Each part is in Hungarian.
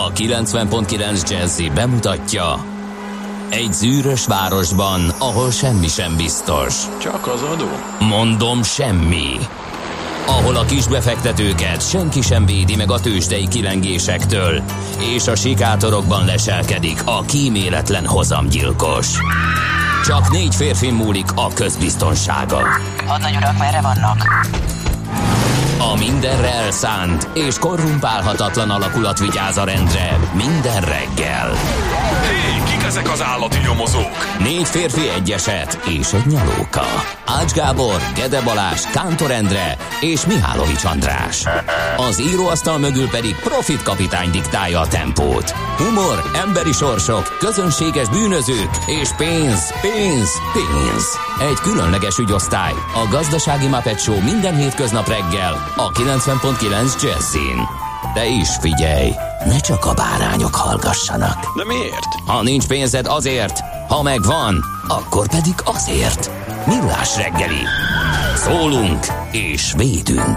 A 90.9 Jazzy bemutatja: egy zűrös városban, ahol semmi sem biztos. Csak az adó? Mondom, semmi. Ahol a kisbefektetőket senki sem védi meg a tőzsdei kilengésektől, és a sikátorokban leselkedik a kíméletlen hozamgyilkos. Csak 4 férfin múlik a közbiztonsága. Hadnagy urak, merre vannak? A mindenre elszánt és korrumpálhatatlan alakulat vigyáz a rendre minden reggel. Hé, kik ezek az állati nyomozók? 4 férfi, egy eset és egy nyalóka. Ács Gábor, Gede Balázs, Kántor Endre és Mihálovics András. Az íróasztal mögül pedig Profit kapitány diktálja a tempót. Humor, emberi sorsok, közönséges bűnözők és pénz, pénz, pénz. Egy különleges ügyosztály, a Gazdasági Muppet Show minden hétköznap reggel a 90.9 Jazzin. De is figyelj, ne csak a bárányok hallgassanak. De miért? Ha nincs pénzed, azért, ha megvan, akkor pedig azért. Millás reggeli. Szólunk és védünk.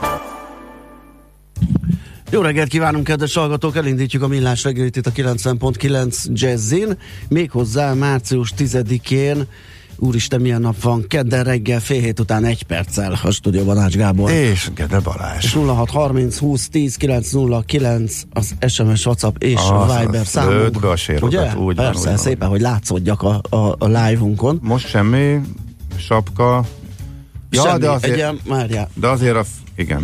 Jó reggelt kívánunk, kedves hallgatók! Elindítjuk a Millás reggelit itt a 90.9 Jazzin, méghozzá március 10-én. Úristen, milyen nap van, kedden reggel fél hét után 1 perccel a stúdióban Ács Gábor. És Gede Balázs. És 0630 20 10 909 az SMS, WhatsApp és a Viber számunk. Lőd be a sérokat, ugye? úgy persze, van, úgy szépen, van. hogy látszódjak a live-unkon. Most semmi, sapka. Ja, semmi, de azért, de azért igen.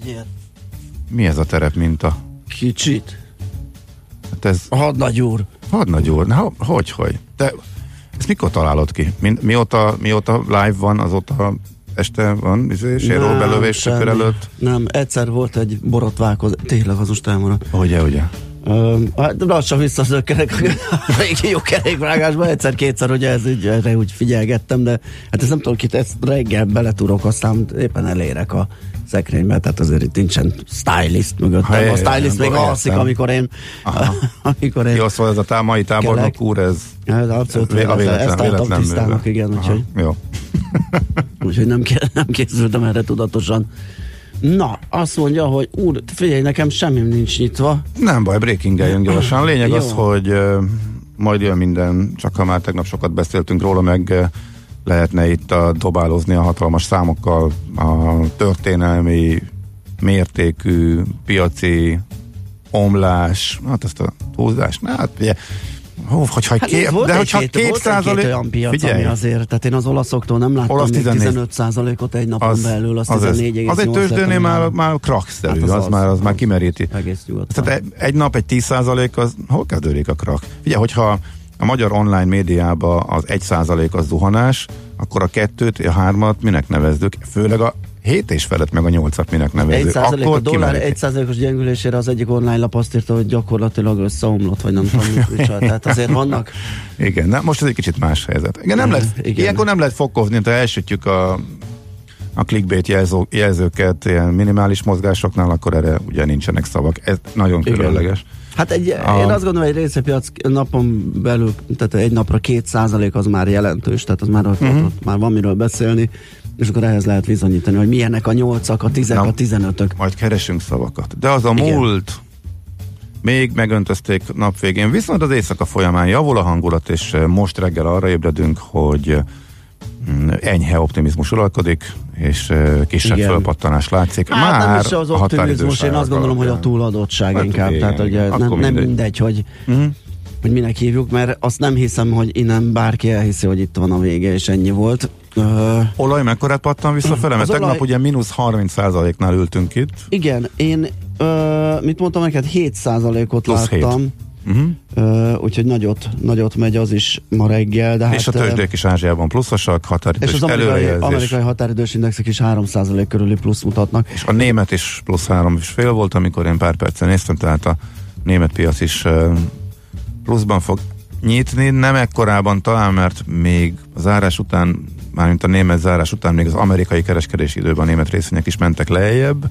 Mi ez a terep minta? Kicsit. Hát ez... A hadnagy úr. Hadnagy úr, hogy? Te ezt mikor találod ki? Mióta live van, azóta este van, séró belövés kör előtt? Nem, egyszer volt egy borotválkozás, tényleg az most elmaradt. Ugye. Hát lassan visszazökkenek a régi jó kerékvágásba, egyszer-kétszer, hogy erre úgy figyelgettem, de hát ez nem tudom, kit ezt reggel beletúrok, aztán éppen elérek a szekrénybe, tehát azért itt nincsen stylist mögöttem. A stylist még alszik, amikor én Jó, szóval ez a mai tábornok úr, ez abszolút ezt álltam tisztának, igen, úgyhogy jó. Úgyhogy nem készültem erre tudatosan. Na, azt mondja, hogy úr, figyelj, nekem semmi nincs nyitva. Nem baj, breaking-eljünk gyorsan. Lényeg az, hogy majd jön minden, csak ha már tegnap sokat beszéltünk róla, meg lehetne itt dobálozni a hatalmas számokkal, a történelmi mértékű piaci omlás, hát ezt a húzás, hát ugye, hogyha volt egy olyan piac, ami azért, tehát én az olaszoktól nem láttam még 15%-ot egy napon belül, azt 14,8. Az egy tőzsdőnél már crack-szerű, hát az már kimeríti. Egész nyugodtan. Tehát egy nap egy 10%, az hol kezdődik a crack? Figyelj, hogyha a magyar online médiában az 1% az zuhanás, akkor a 2-t, a 3-at minek nevezzük? Főleg a 7 és felett meg a 8-at minek nevezzük? 1% a dollár 1%-os gyengülésére az egyik online lap azt írta, hogy gyakorlatilag összeomlott, vagy nem tudom, tehát azért vannak. Igen, most ez egy kicsit más helyzet. Igen, ilyenkor nem lehet fokozni, ha elsütjük a clickbait jelzőket ilyen minimális mozgásoknál, akkor erre ugye nincsenek szavak. Ez nagyon különleges. Hát én azt gondolom, egy részepiac napon belül, tehát egy napra 2% az már jelentős, tehát az már van miről beszélni, és akkor ehhez lehet bizonyítani, hogy milyenek a 8-ak, a 10-ek, a 15-ök. Majd keresünk szavakat. De az a múlt, még megöntözték nap végén, viszont az éjszaka folyamán javul a hangulat, és most reggel arra ébredünk, hogy enyhe optimizmus uralkodik, és kisebb fölpattanás látszik. Hát már nem is az optimizmus, én azt gondolom, hogy a túladottság hát inkább, igen, tehát ugye nem mindegy, hogy minek hívjuk, mert azt nem hiszem, hogy innen bárki elhiszi, hogy itt van a vége, és ennyi volt. Olaj mekkorát pattan visszafele? Mert tegnap ugye mínusz 30%-nál ültünk itt. Igen, én mit mondtam neked? 7%-ot láttam. 7. Úgyhogy nagyot megy az is ma reggel. De és hát, a tőzsdék is Ázsiában pluszosak, határidős és az amerikai határidős indexek is 3% körüli plusz mutatnak. És a német is plusz 3,5 volt, amikor én pár percen néztem, tehát a német piac is pluszban fog nyitni, nem ekkorában talán, mert még a zárás után, mármint a német zárás után még az amerikai kereskedési időben a német részvények is mentek lejjebb,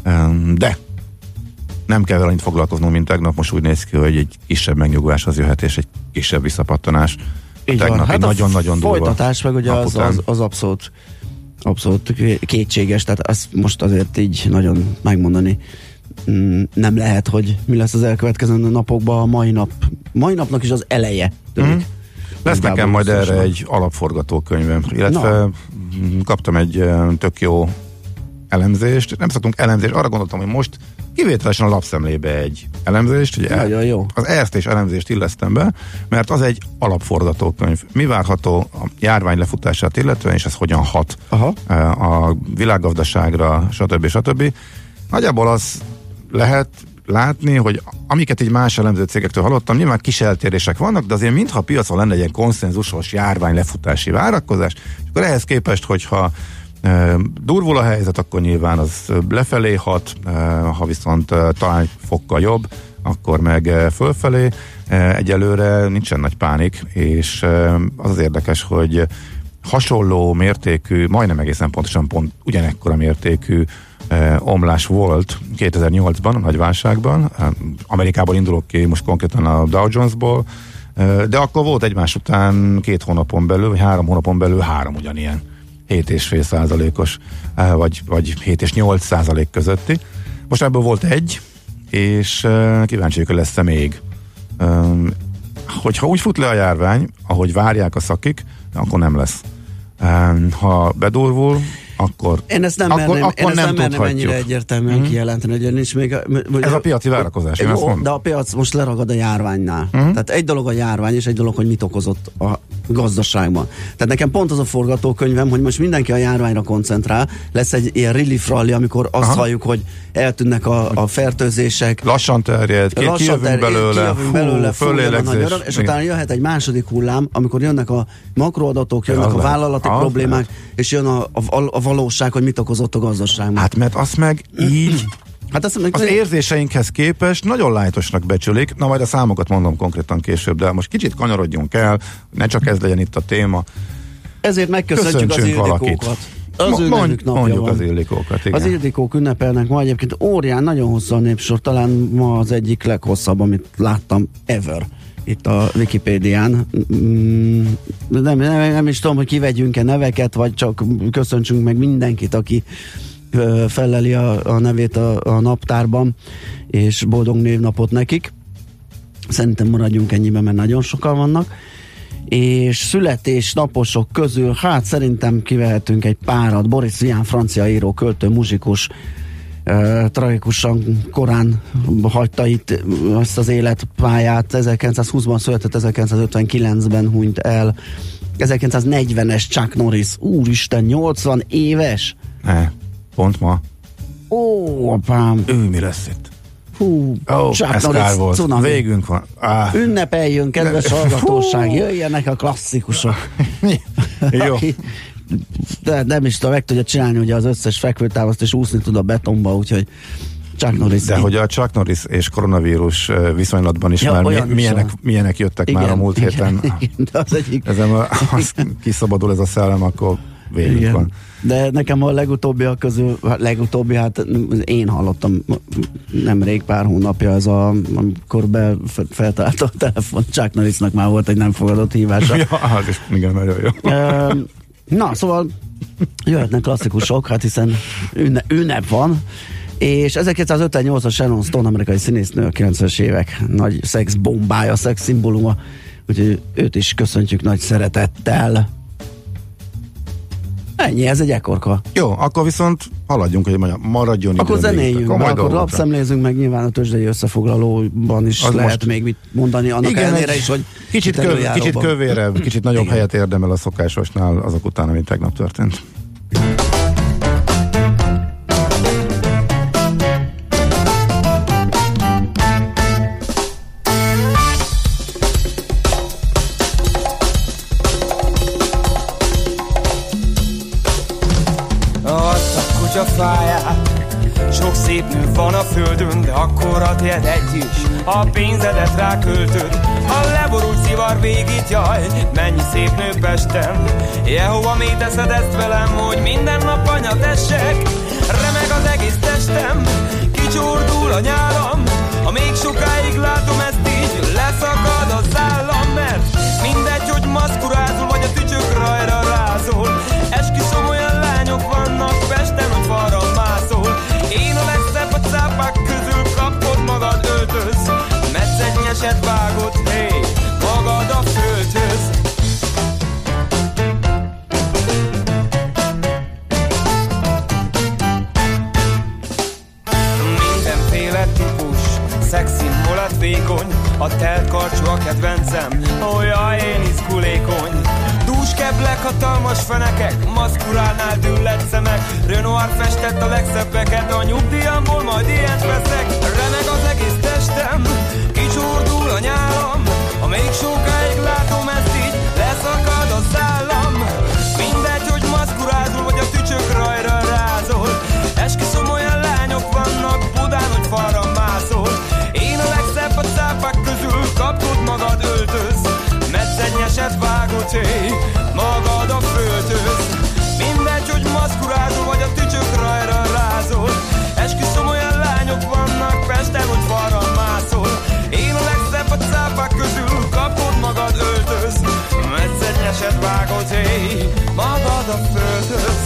de nem kell vele annyit foglalkoznunk, mint tegnap. Most úgy néz ki, hogy egy kisebb megnyugvás az jöhet, és egy kisebb visszapattanás. Tegnap hát nagyon-nagyon durva. Folytatás meg ugye az abszolút kétséges, tehát azt most azért így nagyon megmondani nem lehet, hogy mi lesz az elkövetkező napokban. A mai napnak is az eleje tűnik. Lesz nekem majd erre egy alapforgatókönyvem, illetve kaptam egy tök jó elemzést. Nem szoktunk elemzést, arra gondoltam, hogy most kivételesen a lapszemlébe egy elemzést, ugye nagyon jó. Az ERST-és elemzést illesztem be, mert az egy alapforgatókönyv. Mi várható a járvány lefutását illetően, és ez hogyan hat a világgazdaságra, stb. Nagyjából az lehet látni, hogy amiket egy más elemző cégektől hallottam, nyilván kis eltérések vannak, de azért mintha a piacon lenne egy ilyen konszenzusos járvány lefutási várakozás, és akkor ehhez képest, hogyha durvul a helyzet, akkor nyilván az lefelé hat, ha viszont talán fokkal jobb, akkor meg fölfelé. Egyelőre nincsen nagy pánik, és az érdekes, hogy hasonló mértékű, majdnem egészen pontosan ugyanekkora mértékű omlás volt 2008-ban, a nagy válságban. Amerikából indulok ki, most konkrétan a Dow Jonesból, de akkor volt egymás után 2 hónapon belül, vagy 3 hónapon belül 3 ugyanilyen 7,5%-os, vagy 7 és 8% közötti. Most ebből volt egy, és kíváncsi vagyok, hogy lesz-e még. Hogyha úgy fut le a járvány, ahogy várják a szakik, akkor nem lesz. Ha bedurvul, akkor én ezt nem merném ennyire egyértelműen kijelenteni, hogy nincs még... Ez a piaci várakozás, én azt mondom. De a piac most leragad a járványnál. Tehát egy dolog a járvány, és egy dolog, hogy mit okozott a gazdaságban. Tehát nekem pont az a forgatókönyvem, hogy most mindenki a járványra koncentrál, lesz egy ilyen relief rally, amikor azt halljuk, hogy eltűnnek a fertőzések. Lassan terjed, kijövünk belőle, fölélegzés. És utána jöhet egy második hullám, amikor jönnek a makroadatok, jönnek a vállalati problémák, és jön a valóság, hogy mit okozott a gazdaságban. Hát mert azt meg így az érzéseinkhez képest nagyon lájtosnak becsülik. Na majd a számokat mondom konkrétan később, de most kicsit kanyarodjunk el, ne csak ez legyen itt a téma. Ezért megköszöntjük az Ildikókat. Az ő nevük napja van. Az Ildikókat, igen. Az Ildikók ünnepelnek ma egyébként órián, nagyon hosszú a népsor, talán ma az egyik leghosszabb, amit láttam ever itt a Wikipédián. Nem is tudom, hogy kivegyünk-e neveket, vagy csak köszöntsünk meg mindenkit, aki felleli a nevét a naptárban, és boldog névnapot nekik. Szerintem maradjunk ennyiben, mert nagyon sokan vannak. És születésnaposok közül, hát szerintem kivehetünk egy párat. Boris Vian, francia író, költő, muzsikus, tragikusan korán hagyta itt azt az életpályát. 1920-ban született, 1959-ben hunyt el. 1940-es Chuck Norris, úristen, 80 éves? Pont ma. Ó, apám. Ő mi lesz itt? Hú, ez kár volt. Cunami. Végünk van. Ünnepeljünk, kedves hallgatóság, jöjjenek a klasszikusok. Jó. De nem is tudom, meg tudja csinálni ugye az összes fekvőtámaszt, és úszni tud a betonba, úgyhogy Chuck Norris. De hogy a Chuck Norris és koronavírus viszonylatban is már milyenek jöttek már a múlt héten. Igen, de az egyik. Kiszabadul ez a szellem, akkor végünk van. De nekem a legutóbbi, hát én hallottam nemrég pár hónapja, ez amikor feltalálta a telefon, Chuck Norrisnak már volt egy nem fogadott hívása. Ja, az is igen, nagyon jó. Na, szóval jöhetnek klasszikusok, hát hiszen ünnep van, és 1958-as Sharon Stone, amerikai színésznő, a 90-es évek nagy szexbombája, szexszimbóluma, úgyhogy őt is köszöntjük nagy szeretettel. Ennyi, ez egy ekkorka. Jó, akkor viszont haladjunk, hogy maradjon. Akkor zenéljünk, akkor lapszemlézzünk, meg nyilván a tőzsdei összefoglalóban is az lehet még mit mondani, annak ellenére is, hogy kicsit kövérebb, kicsit nagyobb helyet érdemel a szokásosnál azok után, amit tegnap történt. Sok szép nő van a földön, de akkora tiéd egy is. A pénzedet ráköltöd, a leborult szivar végít, jaj, mennyi szép nő Pesten. Jehova, mi teszed ezt velem, hogy minden nap anyat essek? Remeg az egész testem, kicsordul a nyálam. Ha még sokáig látom ezt így, leszakad az állam. Mert mindegy, hogy maszkurázol, vagy a tücsök rajra rázol. Esküszöm, olyan lányok vannak Pesten, hogy falra mászol. Én a legszebb a cápák közül, szexim lett vékony, a telt karcsú a kedvencem, olyan én izgulékony. Dúskeblek, hatalmas fenekek, maszkurálnál düllett szemek, Renoir festett a legszebbeket, a nyugdíjamból majd ilyet veszek. Remeg az egész testem, kicsordul a nyálam, amelyik sokáig látom ezt így, leszakad a szállam. Mindegy, hogy maszkurázol, vagy a tücsök rajra rázol, esküszöm olyan lányok vannak Budán, hogy falra mászol. Én a legszebb a cápák közül, kapod magad öltöz, meccegyeset vágod, hé, magad a földhöz. Mindegy, hogy maszkurázol, vagy a tücsök rajra rázol, esküszöm olyan lányok vannak Pesten, hogy falra mászol. Én a legszebb a cápák közül, kapod magad öltöz, meccegyeset vágod, hé, magad a földhöz.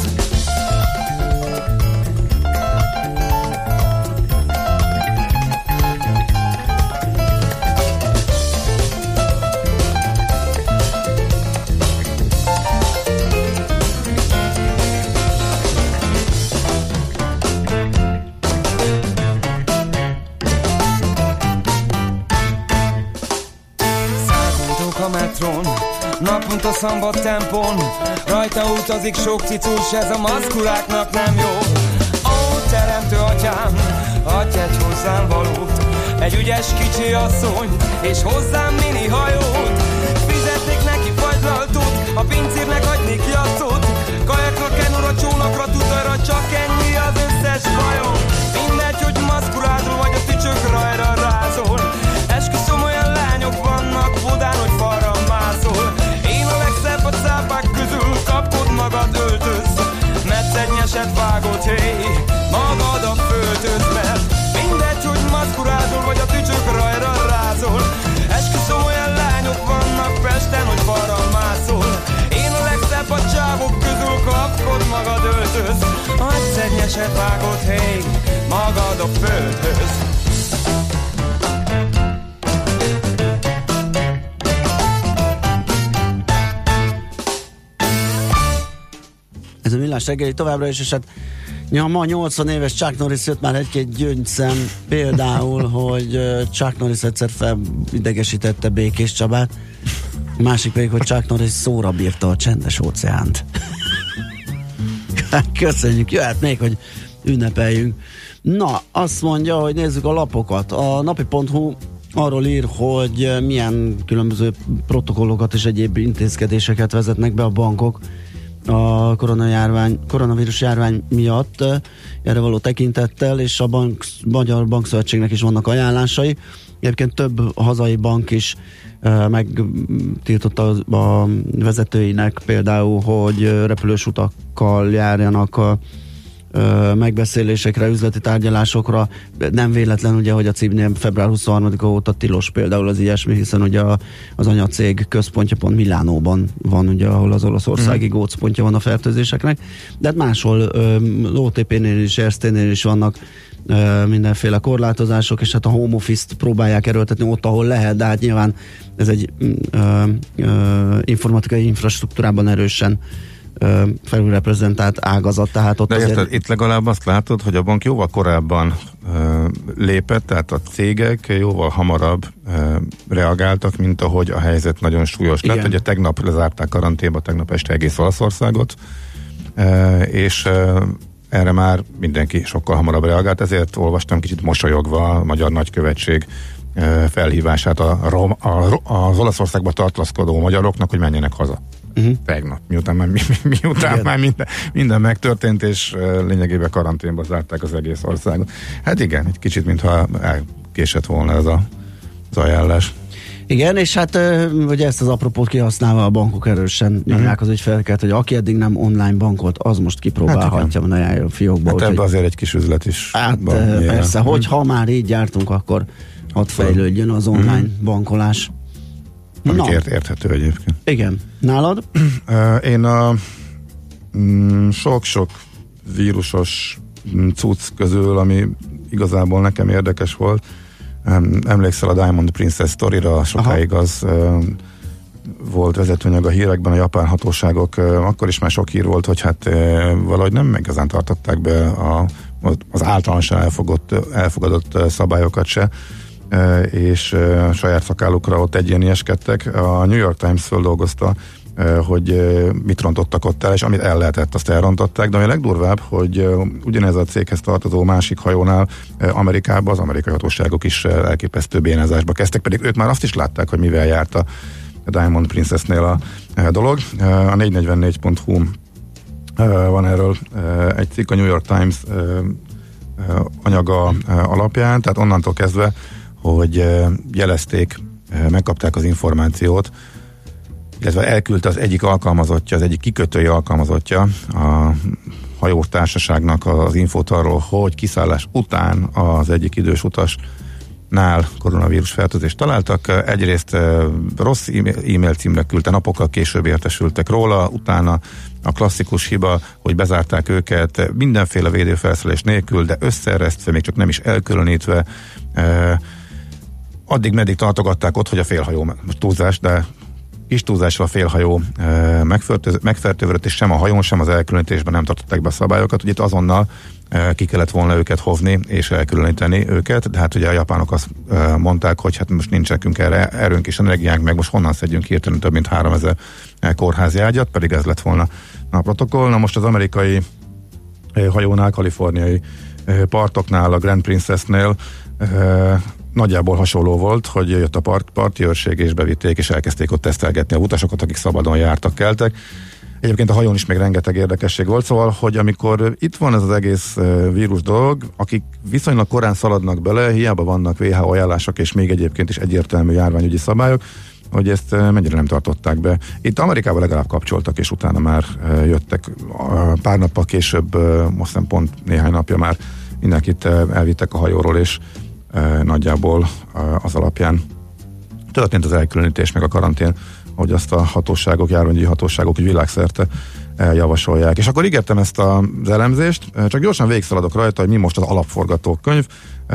Naponta szambat tempón, rajta utazik sok cicus, ez a maszkuláknak nem jó. Ó, teremtő atyám, adj egy hozzám valót, egy ügyes kicsi asszony, és hozzám mini hajót. Fizetnék neki fagylaltót, a pincérnek adnék jatszót, kajakra, kenura, csónakra, tutajra, csak ennyi az összes bajom. Mindegy, hogy maszkulázol, vagy a tücsök rajra rázol, esküszöm olyan lányok vannak Budán, hogy falra mászol. Én a legszebb a cápák közül, kapod magad öltöz, meccegyeset vágod, hé, magad a földhöz. Mert mindegy, hogy maszkurázol, vagy a tücsök rajra rázol, esküszöm olyan lányok vannak Pesten, hogy falra mászol. Én a legszebb a csávok közül, kapod magad öltöz, meccegyeset vágod, hé, magad a földhöz. Ez a Millás reggeli továbbra is, és hát ma 80 éves Chuck Norris jött már egy-két gyöngyszem, például, hogy Chuck Norris egyszer felidegesítette Békés Csabát, a másik pedig, hogy Chuck Norris szóra bírta a Csendes óceánt. Köszönjük, jöhet még, hogy ünnepeljünk. Na, azt mondja, hogy nézzük a lapokat. A napi.hu arról ír, hogy milyen különböző protokollokat és egyéb intézkedéseket vezetnek be a bankok a koronavírus járvány miatt, erre való tekintettel, és a Magyar Bankszövetségnek is vannak ajánlásai. Egyébként több hazai bank is megtiltotta a vezetőinek például, hogy repülős utakkal járjanak a megbeszélésekre, üzleti tárgyalásokra. Nem véletlen ugye, hogy a cégnél február 23-a óta tilos például az ilyesmi, hiszen ugye az anyacég központja pont Milánóban van, ugye, ahol az olaszországi gócpontja van a fertőzéseknek, de hát máshol OTP-nél is, Erste-nél is vannak mindenféle korlátozások, és hát a home office-t próbálják erőltetni ott, ahol lehet, de hát nyilván ez egy informatikai infrastruktúrában erősen felülreprezentált ágazat, tehát ott de azért... érted, itt legalább azt látod, hogy a bank jóval korábban lépett, tehát a cégek jóval hamarabb reagáltak, mint ahogy a helyzet nagyon súlyos lett. Igen. Ugye tegnap lezárták karanténba, tegnap este egész Olaszországot, és erre már mindenki sokkal hamarabb reagált, ezért olvastam kicsit mosolyogva a Magyar Nagykövetség felhívását az Olaszországba tartózkodó magyaroknak, hogy menjenek haza. Tegnap, miután már minden megtörtént, és lényegében karanténba zárták az egész országot. Hát igen, egy kicsit, mintha elkésett volna ez az ajánlás. Igen, és hát ugye ezt az apropót kihasználva a bankok erősen nyomják az ügyfeleket, hogy aki eddig nem online bankolt, az most kipróbálhatja, hát a fiókba. Hát ebben azért egy kis üzlet is. Hát persze, hogy ha már így jártunk, akkor ott fejlődjön az online bankolás. Amik érthető egyébként. Igen. Nálad? Én a sok-sok vírusos cucc közül, ami igazából nekem érdekes volt, emlékszel a Diamond Princess sztorira, sokáig az volt vezetőanyag a hírekben, a japán hatóságok, akkor is már sok hír volt, hogy hát valahogy nem igazán tartották be az általánosan elfogadott szabályokat se. és saját szakállukra ott egyénieskedtek. A New York Times földolgozta, hogy mit rontottak ott el, és amit el lehetett, azt elrontották, de ami a legdurvább, hogy ugyanez a céghez tartozó másik hajónál Amerikában az amerikai hatóságok is elképesztő bénázásba kezdtek, pedig ők már azt is látták, hogy mivel járt a Diamond Princessnél a dolog. A 444.hu van erről egy cikk, a New York Times anyaga alapján, tehát onnantól kezdve, hogy jelezték, megkapták az információt, illetve elküldte az egyik alkalmazottja, az egyik kikötői alkalmazottja a hajótársaságnak az infót arról, hogy kiszállás után az egyik idős utasnál koronavírus fertőzést találtak. Egyrészt rossz e-mail címre küldte, napokkal később értesültek róla, utána a klasszikus hiba, hogy bezárták őket mindenféle védőfelszerelés nélkül, de összeeresztve, még csak nem is elkülönítve, addig-meddig tartogatták ott, hogy a félhajó, most túlzás, de kis túlzással a félhajó megfertőzött, és sem a hajón, sem az elkülönítésben nem tartották be a szabályokat. Ugye itt azonnal ki kellett volna őket hozni, és elkülöníteni őket, de hát ugye a japánok azt mondták, hogy hát most nincs nekünk erre erőnk és energiánk, meg most honnan szedjünk hirtelen több mint 3000 kórházi ágyat, pedig ez lett volna a protokoll. Na most az amerikai hajónál, kaliforniai partoknál, a Grand Princessnél nagyjából hasonló volt, hogy jött a parti őrség, és bevitték, és elkezdték ott tesztelgetni a utasokat, akik szabadon jártak, keltek. Egyébként a hajón is még rengeteg érdekesség volt, szóval, hogy amikor itt van ez az egész vírus dolog, akik viszonylag korán szaladnak bele, hiába vannak WHO ajánlások, és még egyébként is egyértelmű járványügyi szabályok, hogy ezt mennyire nem tartották be. Itt Amerikában legalább kapcsoltak, és utána már jöttek pár nappal később, most nem pont néhány napja már mindenkit elvittek a hajóról, és nagyjából az alapján történt az elkülönítés, meg a karantén, hogy azt a hatóságok, járványi hatóságok úgy világszerte javasolják. És akkor ígértem ezt az elemzést, csak gyorsan végigszaladok rajta, hogy mi most az alapforgatókönyv.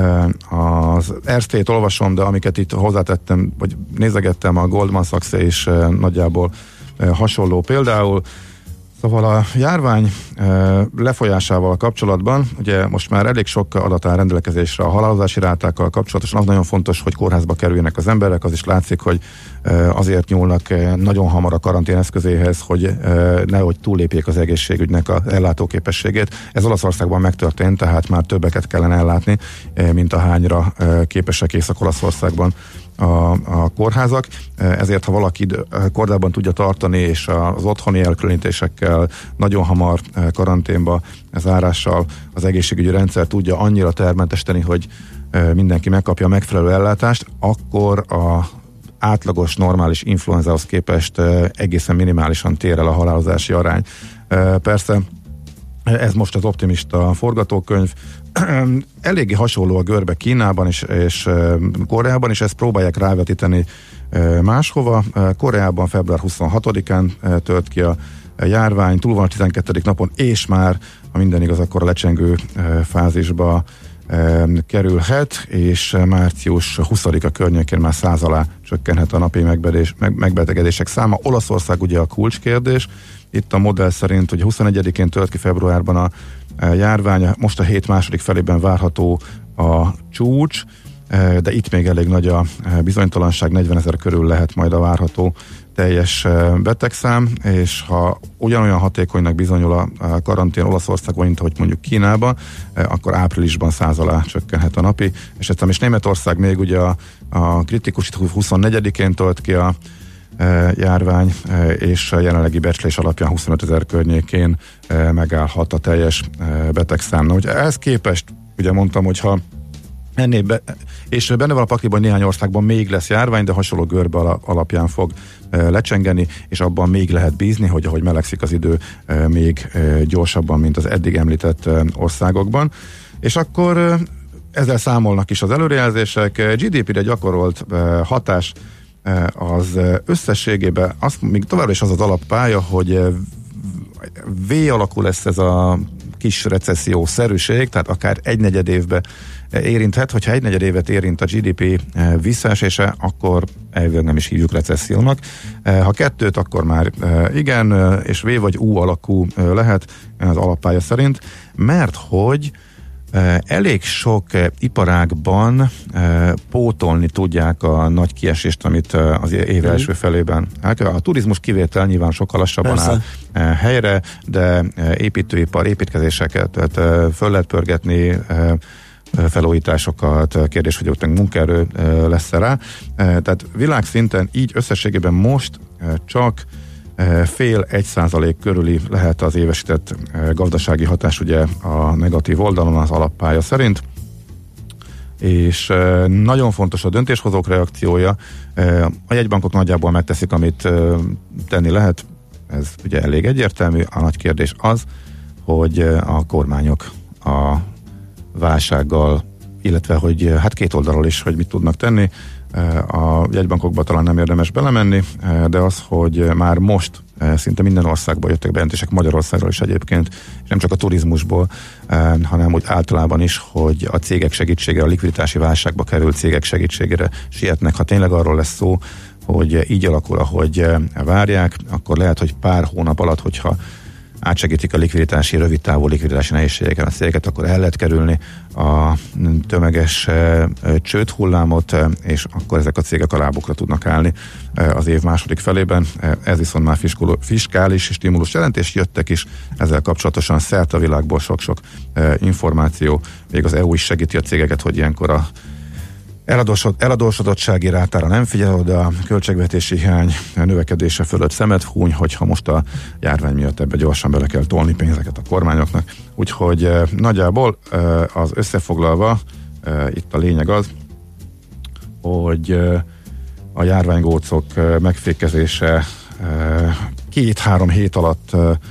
Az Erste-t olvasom, de amiket itt hozzátettem, vagy nézegettem, a Goldman Sachs is nagyjából hasonló például. Szóval a járvány lefolyásával kapcsolatban, ugye most már elég sok adat áll rendelkezésre a halálozási rátákkal kapcsolatosan, az nagyon fontos, hogy kórházba kerüljenek az emberek, az is látszik, hogy azért nyúlnak nagyon hamar a karantén eszközéhez, hogy nehogy túllépjék az egészségügynek az ellátóképességét. Ez Olaszországban megtörtént, tehát már többeket kellene ellátni, mint ahányra képesek Észak-Olaszországban a kórházak, ezért ha valaki kordában tudja tartani, és az otthoni elkülönítésekkel, nagyon hamar karanténba zárással az egészségügyi rendszer tudja annyira termentesíteni, hogy mindenki megkapja a megfelelő ellátást, akkor a átlagos, normális influenzához képest egészen minimálisan tér el a halálozási arány. Persze ez most az optimista forgatókönyv. Eléggé hasonló a görbe Kínában és Koreában, és ezt próbálják rávetíteni máshova. Koreában február 26-án tört ki a járvány, túl van a 12. napon, és már, ha minden igaz, akkor a lecsengő fázisba kerülhet, és március 20-a környékén már 100 alá csökkenhet a napi megbetegedések száma. Olaszország ugye a kulcskérdés. Itt a modell szerint, hogy 21-én tört ki februárban a járvány, most a hét második felében várható a csúcs, de itt még elég nagy a bizonytalanság, 40 000 körül lehet majd a várható teljes betegszám, és ha ugyanolyan hatékonynak bizonyul a karantén Olaszországban, mint ahogy mondjuk Kínában, akkor áprilisban 100 alá csökkenhet a napi, és Németország még ugye a kritikus 24-én tölt ki a járvány, és a jelenlegi becslés alapján 25 000 környékén megállhat a teljes betegszám. Na, ugye ehhez képest, ugye mondtam, hogy és benne van a pakliban, hogy néhány országban még lesz járvány, de hasonló görbe alapján fog lecsengeni, és abban még lehet bízni, hogy ahogy melegszik az idő, még gyorsabban, mint az eddig említett országokban. És akkor ezzel számolnak is az előrejelzések. GDP-re gyakorolt hatás az összességében, még továbbra is az az alappálya, hogy V alakú lesz ez a kis recessziószerűség, tehát akár egy-negyed évben érinthet, hogyha egy-negyed évet érint a GDP visszaesése, akkor elvileg nem is hívjuk recessziónak. Ha kettőt, akkor már igen, és V vagy U alakú lehet az alappálya szerint, mert hogy elég sok iparágban pótolni tudják a nagy kiesést, amit az év első felében. Hát a turizmus kivétel nyilván sokkal lassabban áll helyre, de építőipar, építkezéseket, tehát föl lehet pörgetni, felújításokat, kérdés, hogy ott munkaerő lesz rá. Tehát világszinten így összességében most csak 0,5% körüli lehet az évesített gazdasági hatás ugye a negatív oldalon az alappálya szerint, és nagyon fontos a döntéshozók reakciója. A jegybankok nagyjából megteszik, amit tenni lehet, ez ugye elég egyértelmű. A nagy kérdés az, hogy a kormányok a válsággal, illetve hogy hát két oldalról is, hogy mit tudnak tenni. A jegybankokba talán nem érdemes belemenni, de az, hogy már most szinte minden országban jöttek bejelentések, Magyarországról is egyébként, és nem csak a turizmusból, hanem úgy általában is, hogy a cégek segítségére, a likviditási válságba került cégek segítségére sietnek. Ha tényleg arról lesz szó, hogy így alakul, ahogy várják, akkor lehet, hogy pár hónap alatt, hogyha átsegítik a likviditási, rövidtávú likviditási nehézségeken a cégeket, akkor el lehet kerülni a tömeges csődhullámot, és akkor ezek a cégek a lábukra tudnak állni az év második felében. Ez viszont már fiskális stimulus jelent, és jöttek is ezzel kapcsolatosan szerte a világból sok-sok információ. Még az EU is segíti a cégeket, hogy ilyenkor a eladósodottsági rátára nem figyel oda, a költségvetési hiány növekedése fölött szemet húny, hogyha most a járvány miatt ebbe gyorsan bele kell tolni pénzeket a kormányoknak. Úgyhogy nagyjából az összefoglalva itt a lényeg az, hogy a járványgócok megfékezése 2-3 hét alatt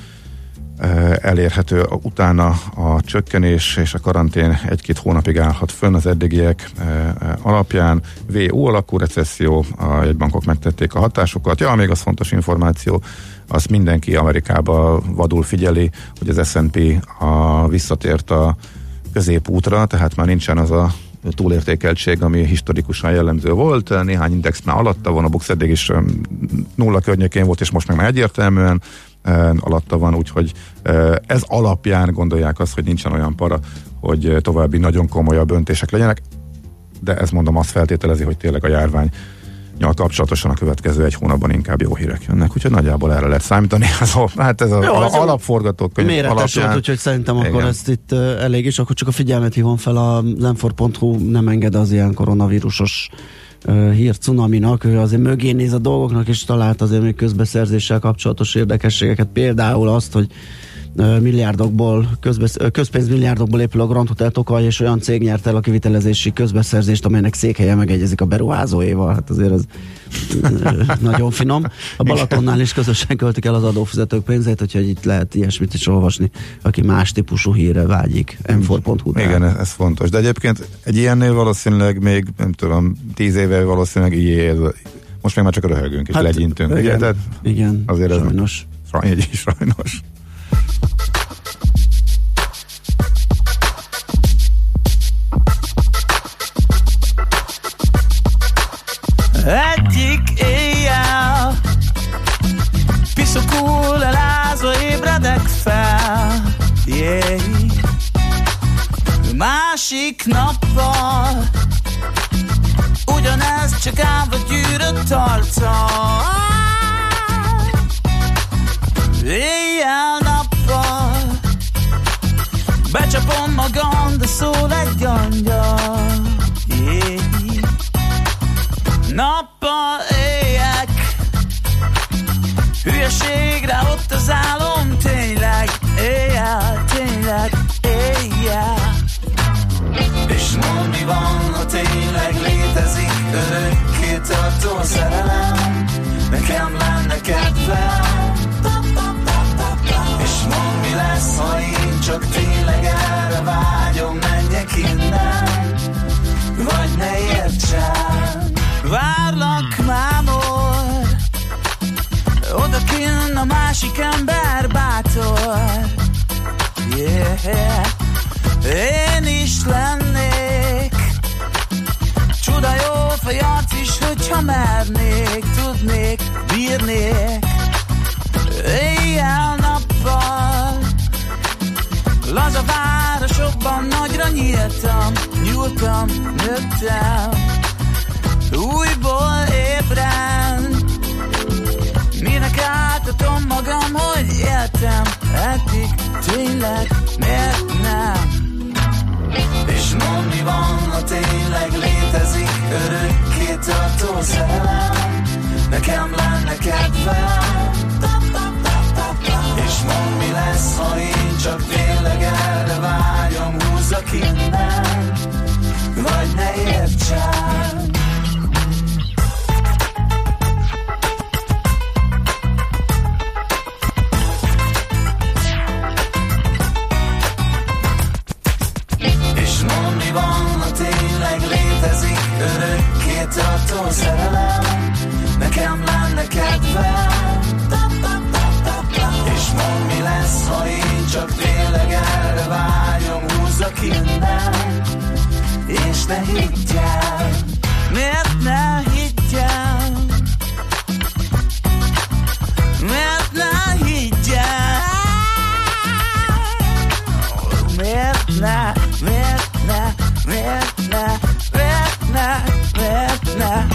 elérhető, utána a csökkenés és a karantén 1-2 hónapig állhat fönn az eddigiek alapján. VU alakú recesszió, a jegybankok megtették a hatásokat. Ja, még az fontos információ, azt mindenki Amerikába vadul figyeli, hogy az S&P visszatért a középútra, tehát már nincsen az a túlértékeltség, ami historikusan jellemző volt. Néhány index már alatta van, a Bux eddig is 0 környékén volt, és most meg már egyértelműen alatta van, úgyhogy ez alapján gondolják azt, hogy nincsen olyan para, hogy további nagyon komolyabb öntések legyenek, de ez mondom azt feltételezi, hogy tényleg a járványnyal kapcsolatosan a következő 1 hónapban inkább jó hírek jönnek, úgyhogy nagyjából erre lehet számítani. Hát ez az alapforgatókönyv méretes volt, úgyhogy szerintem akkor ezt itt elég is, akkor csak a figyelmet hívom fel, a zenfor.hu nem enged az ilyen koronavírusos hír cunaminak, ő azért mögé néz a dolgoknak, és talált azért még közbeszerzéssel kapcsolatos érdekességeket, például azt, hogy közpénzmilliárdokból épül a Grand Hotel Tokaj, és olyan cég nyert el a kivitelezési közbeszerzést, amelynek székhelye megegyezik a beruházóéval. Hát azért ez nagyon finom. A Balatonnál is közösen költik el az adófizetők pénzét, úgyhogy itt lehet ilyesmit is olvasni, aki más típusú hírre vágyik. m4.hu. Igen, ez fontos. De egyébként egy ilyennél valószínűleg még, nem tudom, 10 éve valószínűleg most még már csak röhögünk és legyintünk. Igen, azért sajnos. Sajnos. Egyik éjjel piszokul elázva ébredek fel, yeah. Másik nappal ugyanez, csak állva gyűrött arccal. Éjjel-nappal becsapom magam, de szól egy angyal, yeah. Nappal éljek, hülyeségre ott az álom, tényleg, éjjel, tényleg, éjjel. És mondd, mi van, ha tényleg létezik örökké tartó szerelem, nekem lenne kedvem. És mondd, mi lesz, ha én csak tényleg erre vágyom, menjek innen, vagy ne értsen. Várlak mámor, odakinn a másik ember bátor, yeah. Én is lennék csuda jó fejat is, hogyha mernék, tudnék, bírnék. Éjjel-nappal Laza városokban nagyra nyíltam, nyúltam, nőttem, újból ébren. Minek áltatom magam, hogy éltem eddig, tényleg miért nem? És mondd, mi van, ha tényleg létezik örökké tartó szerelem, nekem lenne kedvem. És mondd, mi lesz, ha én csak tényleg erre vágyom, húzzak innen, vagy ne értsen. És mondd, mi van, ha tényleg létezik örökké tartó szerelem, nekem lenne kedvem. És mondd, mi lesz, ha én csak tényleg erre vágyom, húzzak innen, és ne higgyel. Miért ne higgyel? Miért ne higgyel? Miért ne? Miért ne? Miért ne? Miért ne? Miért ne?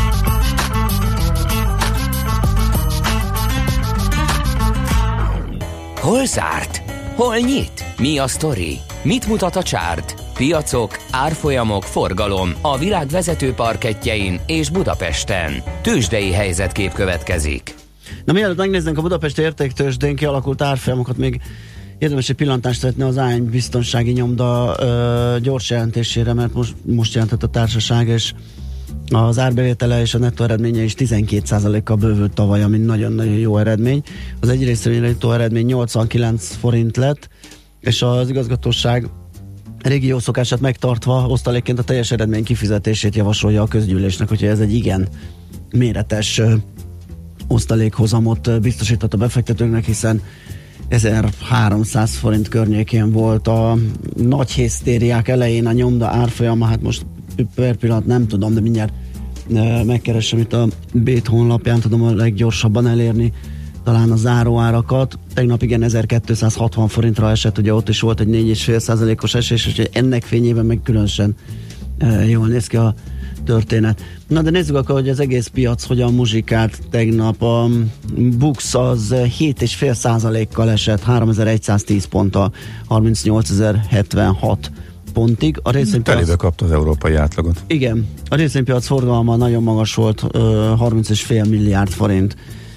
Hol zárt? Hol nyit? Mi a sztori? Mit mutat a csárt? Piacok, árfolyamok, forgalom a világ vezető parkettjein és Budapesten. Tőzsdei helyzetkép következik. Na, mielőtt megnézzünk a budapesti értéktőzsdén kialakult árfolyamokat, még érdemes egy pillantást vetni az ANY biztonsági nyomda gyors jelentésére, mert most jelentett a társaság, és az árbevétele és a nettó eredménye is 12%-kal bővült tavaly, ami nagyon-nagyon jó eredmény. Az egy részvényrejutó eredmény 89 forint lett, és az igazgatóság régi szokását megtartva osztalékként a teljes eredmény kifizetését javasolja a közgyűlésnek, hogyha ez egy igen méretes osztalékhozamot biztosított a befektetőknek, hiszen 1300 forint környékén volt a nagy hisztériák elején a nyomda árfolyama, hát most per pillanat nem tudom, de mindjárt megkeresem itt a Bét honlapján, tudom a leggyorsabban elérni talán a záróárakat. Tegnap igen 1260 forintra esett, ugye ott is volt egy 4,5%-os esés, és ennek fényében meg különösen jól néz ki a történet. Na de nézzük akkor, hogy az egész piac hogyan muzsikált tegnap. A BUX az 7,5%-kal esett, 3110 ponttal, 38.076 pontig. A részvénypiac telébe kapta az európai átlagot. Igen, a részvénypiac forgalma nagyon magas volt, 30,5 milliárd forint.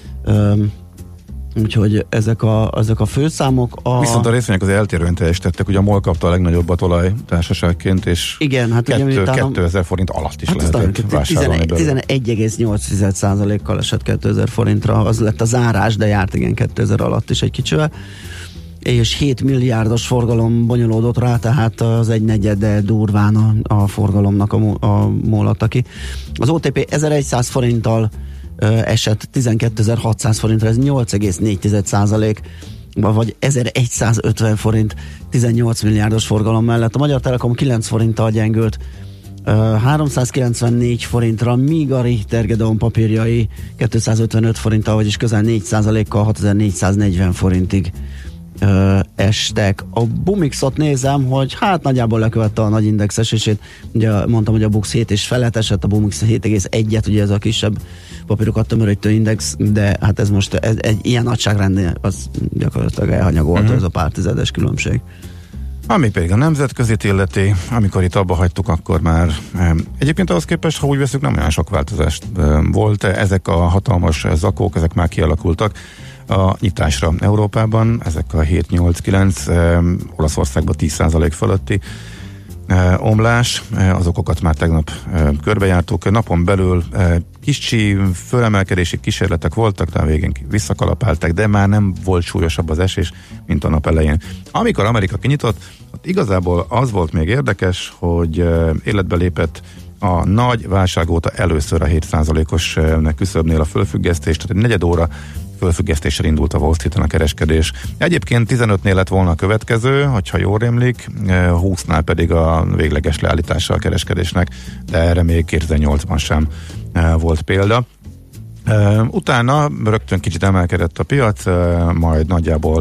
Úgyhogy ezek a főszámok. Viszont a részvények az eltérően teljesítettek, ugye a MOL kapta a legnagyobb olajtársaságként, és igen, hát 2000 forint alatt is lehetett vásárolni belőle. 11,8%-kal esett 2000 forintra, az lett a zárás, de járt igen 2000 alatt is egy kicsivel, és 7 milliárdos forgalom bonyolódott rá, tehát az egy negyede durván a forgalomnak a MOL adta ki. Az OTP 1100 forinttal esett 12.600 forintra, ez 8,4%, vagy 1150 forint 18 milliárdos forgalom mellett. A Magyar Telekom 9 forinttal gyengült 394 forintra, míg a Richter Gedeon papírjai 255 forinttal, vagyis közel 4%-kal 6440 forintig estek. A Bumixot nézem, hogy hát nagyjából lekövette a nagy index esését. Ugye mondtam, hogy a Bux 7 és felett esett, a Bumix 7,1-et, ugye ez a kisebb papírokat tömörítő index, de hát ez most egy ilyen nagyságrendnél az gyakorlatilag elhanyagolta ez a pár tizedes különbség. Ami pedig a nemzetközit illeti, amikor itt abba hagytuk, akkor már egyébként ahhoz képest, ha úgy veszük, nem olyan sok változást volt. Ezek a hatalmas zakók, ezek már kialakultak a nyitásra Európában, ezek a 7-8-9, Olaszországban 10% fölötti omlás, az okokat már tegnap körbejártuk. Napon belül kicsi fölemelkedési kísérletek voltak, de a végén visszakalapáltak, de már nem volt súlyosabb az esés, mint a nap elején. Amikor Amerika kinyitott, ott igazából az volt még érdekes, hogy életbe lépett a nagy válság óta először a 7%-os küszöbnél a fölfüggesztés, tehát egy negyed óra fölfüggesztéssel indult a Wall Street-en a kereskedés. Egyébként 15-nél lett volna a következő, hogyha jól rémlik, 20-nál pedig a végleges leállítása a kereskedésnek, de erre még 2008-ban sem volt példa. Utána rögtön kicsit emelkedett a piac, majd nagyjából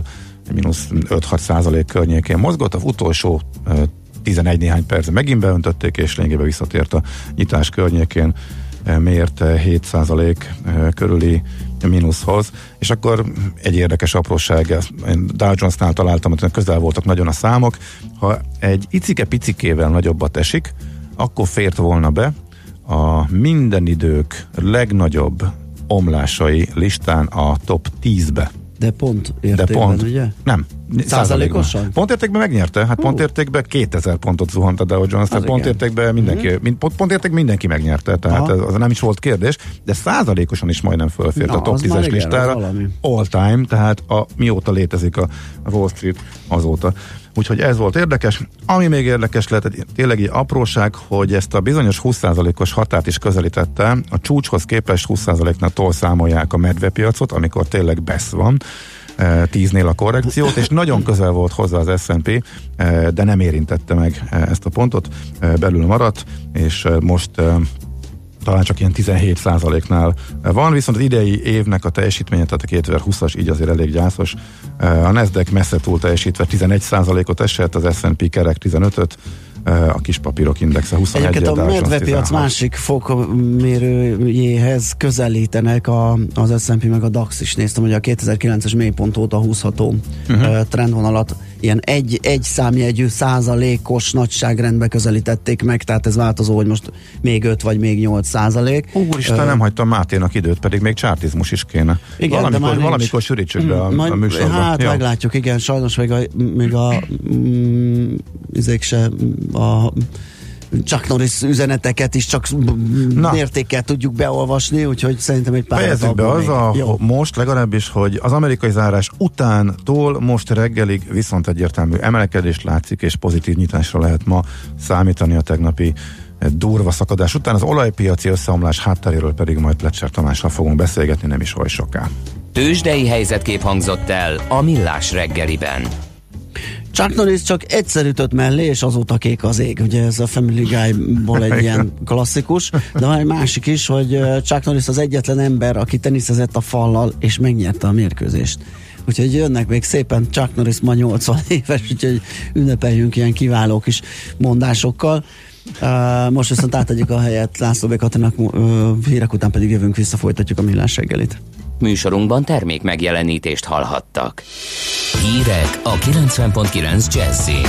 mínusz 5-6% környékén mozgott, az utolsó 11 néhány percben megint beöntötték, és lényegében visszatért a nyitás környékén mért 7% körüli mínuszhoz, és akkor egy érdekes apróság, Dow Jones-nál találtam, hogy közel voltak nagyon a számok, ha egy icike-picikével nagyobbat esik, akkor fért volna be a minden idők legnagyobb omlásai listán a top 10-be. De pont értékben, ugye? Nem. Százalékosan? Pontértékben megnyerte, hát pontértékben 2000 pontot zuhant a Dow Jones, tehát pontértékben mindenki megnyerte, tehát az nem is volt kérdés, de százalékosan is majdnem fölfért a top 10-es listára. All time, tehát mióta létezik a Wall Street azóta. Úgyhogy ez volt érdekes. Ami még érdekes lehet, tényleg egy apróság, hogy ezt a bizonyos 20%-os határt is közelítette, a csúcshoz képest 20%-nál számolják a medvepiacot, amikor tényleg besz van, 10-nél a korrekciót, és nagyon közel volt hozzá az S&P, de nem érintette meg ezt a pontot, belül maradt, és most talán csak ilyen 17%-nál van, viszont az idei évnek a teljesítménye, tehát a 2020-as így azért elég gyászos. A Nasdaq messze túl teljesítve 11%-ot esett, az S&P kerek 15-öt, a kis papírok indexe 21-et. Egyébként a medvepiac másik fokmérőjéhez közelítenek az S&P meg a DAX is. Néztem, hogy a 2009-es mélypont óta húzható trendvonalat ilyen egy számjegyű százalékos nagyságrendbe közelítették meg, tehát ez változó, hogy most még 5 vagy még 8%. Úristen, nem hagytam Máténak időt, pedig még csártizmus is kéne. Igen, valamikor sűrítsük be a műsorba. Hát jó. Meglátjuk, igen, sajnos még a Chuck Norris üzeneteket is csak mértékkel tudjuk beolvasni, úgyhogy szerintem egy pár. Fejezzük be most legalábbis, hogy az amerikai zárás utántól most reggelig viszont egyértelmű emelkedést látszik, és pozitív nyitásra lehet ma számítani a tegnapi durva szakadás után. Az olajpiaci összeomlás hátteréről pedig majd Pletser Tamással fogunk beszélgetni, nem is oly soká. Tőzsdei helyzetkép hangzott el a Millás reggeliben. Chuck Norris csak egyszer ütött mellé, és azóta kék az ég. Ugye ez a Family Guy-ból egy ilyen klasszikus, de van egy másik is, hogy Chuck Norris az egyetlen ember, aki teniszezett a fallal, és megnyerte a mérkőzést. Úgyhogy jönnek még szépen, Chuck Norris ma 80 éves, úgyhogy ünnepeljünk ilyen kiváló kis mondásokkal. Most viszont átadjuk a helyet László B. Katinak, hírek után pedig jövünk vissza, folytatjuk a Millás reggelit. Műsorunkban termék megjelenítést hallhattak. Hírek a 90.9 Jazzin.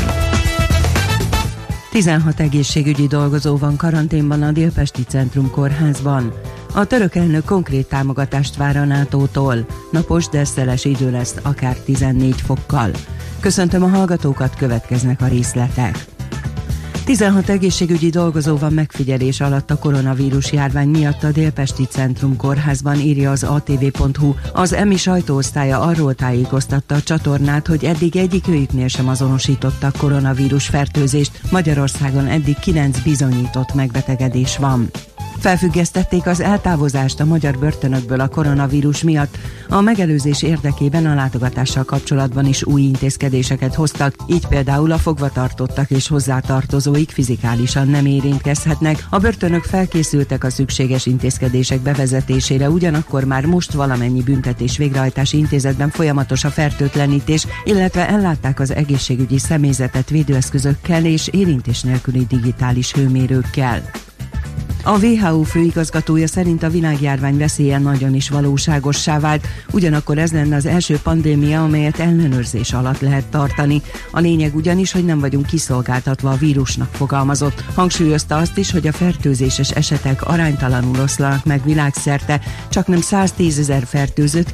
16 egészségügyi dolgozó van karanténban a Délpesti Centrum Kórházban. A török elnök konkrét támogatást vár a NATO-tól. Napos, de szeles idő lesz, akár 14 fokkal. Köszöntöm a hallgatókat, következnek a részletek. 16 egészségügyi dolgozó van megfigyelés alatt a koronavírus járvány miatt a Délpesti Centrum Kórházban, írja az atv.hu. Az EMI sajtóosztálya arról tájékoztatta a csatornát, hogy eddig egyikőjüknél sem azonosítottak koronavírus fertőzést. Magyarországon eddig 9 bizonyított megbetegedés van. Felfüggesztették az eltávozást a magyar börtönökből a koronavírus miatt. A megelőzés érdekében a látogatással kapcsolatban is új intézkedéseket hoztak, így például a fogvatartottak és hozzátartozóik fizikálisan nem érintkezhetnek. A börtönök felkészültek a szükséges intézkedések bevezetésére, ugyanakkor már most valamennyi büntetés végrehajtási intézetben folyamatos a fertőtlenítés, illetve ellátták az egészségügyi személyzetet védőeszközökkel és érintés nélküli digitális hőmérőkkel. A WHO főigazgatója szerint a világjárvány veszélye nagyon is valóságossá vált, ugyanakkor ez lenne az első pandémia, amelyet ellenőrzés alatt lehet tartani. A lényeg ugyanis, hogy nem vagyunk kiszolgáltatva a vírusnak, fogalmazott. Hangsúlyozta azt is, hogy a fertőzéses esetek aránytalanul oszlanak meg világszerte, csaknem 110 000 fertőzött,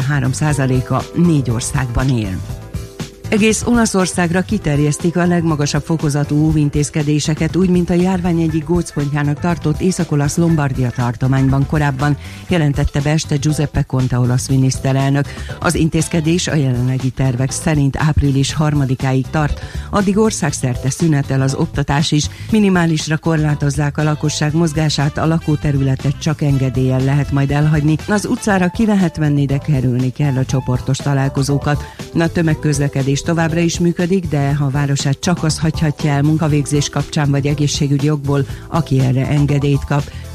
93%-a 4 országban él. Egész Olaszországra kiterjesztik a legmagasabb fokozatú óvintézkedéseket, úgy, mint a járvány egyik gócpontjának tartott Észak-olasz Lombardia tartományban korábban, jelentette be este Giuseppe Conte olasz miniszterelnök. Az intézkedés a jelenlegi tervek szerint április 3-áig tart, addig országszerte szünetel az oktatás is, minimálisra korlátozzák a lakosság mozgását, a lakóterületet csak engedéllyel lehet majd elhagyni, az utcára ki lehet menni, de kerülni kell a csoportos találkozókat. A tömegközlekedés továbbra is működik, de a városát csak az hagyhatja el munkavégzés kapcsán vagy egészségügyi okból, aki erre engedélyt kap.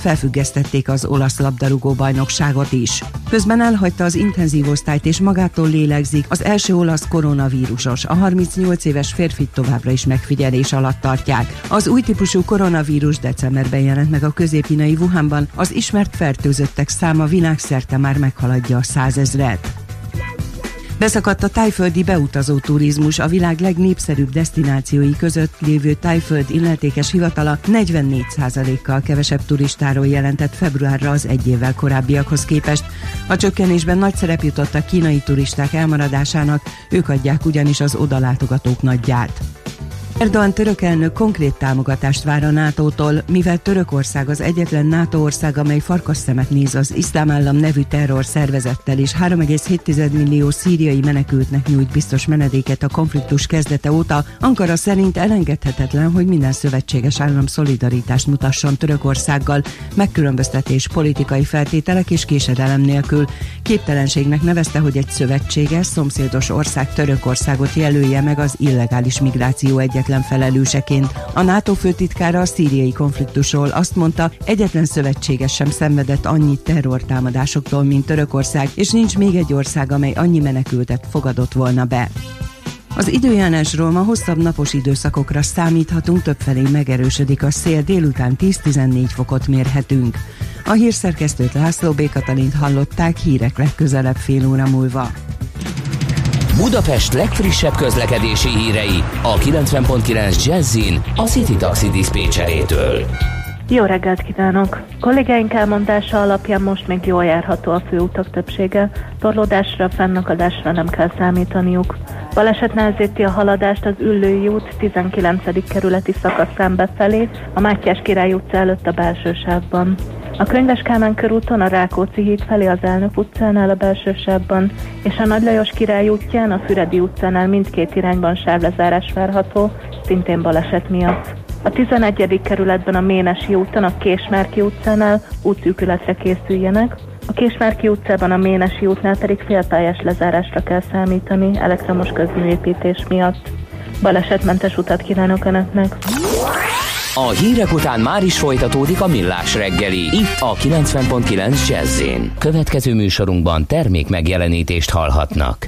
felfüggesztették az olasz labdarúgó-bajnokságot is. Közben elhagyta az intenzív osztályt és magától lélegzik az első olasz koronavírusos. A 38 éves férfit továbbra is megfigyelés alatt tartják. Az új típusú koronavírus decemberben jelent meg a közép-kínai Wuhanban, az ismert fertőzöttek száma világszerte már meghaladja a 100 000-et. Beszakadt a tájföldi beutazó turizmus, a világ legnépszerűbb desztinációi között lévő Tájföld illetékes hivatala 44%-kal kevesebb turistáról jelentett februárra az egy évvel korábbiakhoz képest. A csökkenésben nagy szerep jutott a kínai turisták elmaradásának, ők adják ugyanis az odalátogatók nagyját. Erdoğan török elnök konkrét támogatást vár a NATO-tól, mivel Törökország az egyetlen NATO ország, amely farkasszemet néz az Iszlám Állam nevű terrorszervezettel, és 3,7 millió szíriai menekültnek nyújt biztos menedéket a konfliktus kezdete óta. Ankara szerint elengedhetetlen, hogy minden szövetséges állam szolidaritást mutasson Törökországgal, megkülönböztetés, politikai feltételek és késedelem nélkül. Képtelenségnek nevezte, hogy egy szövetséges, szomszédos ország Törökországot jelölje meg az illegális migráció egyetlen felelőseként. A NATO főtitkára a szíriai konfliktusról azt mondta, egyetlen szövetséges sem szenvedett annyi terrortámadásoktól, mint Törökország, és nincs még egy ország, amely annyi menekültet fogadott volna be. Az időjárásról ma hosszabb napos időszakokra számíthatunk, többfelé megerősödik a szél, délután 10-14 fokot mérhetünk. A hírszerkesztőt, László B. Katalint hallották, hírek legközelebb fél óra múlva. Budapest legfrissebb közlekedési hírei a 90.9 Jazzin a City Taxi diszpécserétől. Jó reggelt kívánok! Kollégáink elmondása alapján most még jól járható a főutak többsége, torlódásra, fennakadásra nem kell számítaniuk. Baleset nehezíti a haladást az Üllői út 19. kerületi szakaszán befelé, a Mátyás Király utca előtt a belső sávban. A Könyves Kálmán körúton a Rákóczi híd felé az Elnök utcánál a belső sávban, és a Nagy Lajos Király útján a Füredi utcánál mindkét irányban sávlezárás várható, szintén baleset miatt. A 11. kerületben a Ménesi úton a Késmárki utcánál útszűkületre készüljenek, a Késmárki utcában a Ménesi útnál pedig félpályás lezárásra kell számítani elektromos közműépítés miatt. Balesetmentes utat kívánok Önöknek! A hírek után már is folytatódik a Millás reggeli, itt a 90.9 Jazz-én. Következő műsorunkban termék megjelenítést hallhatnak.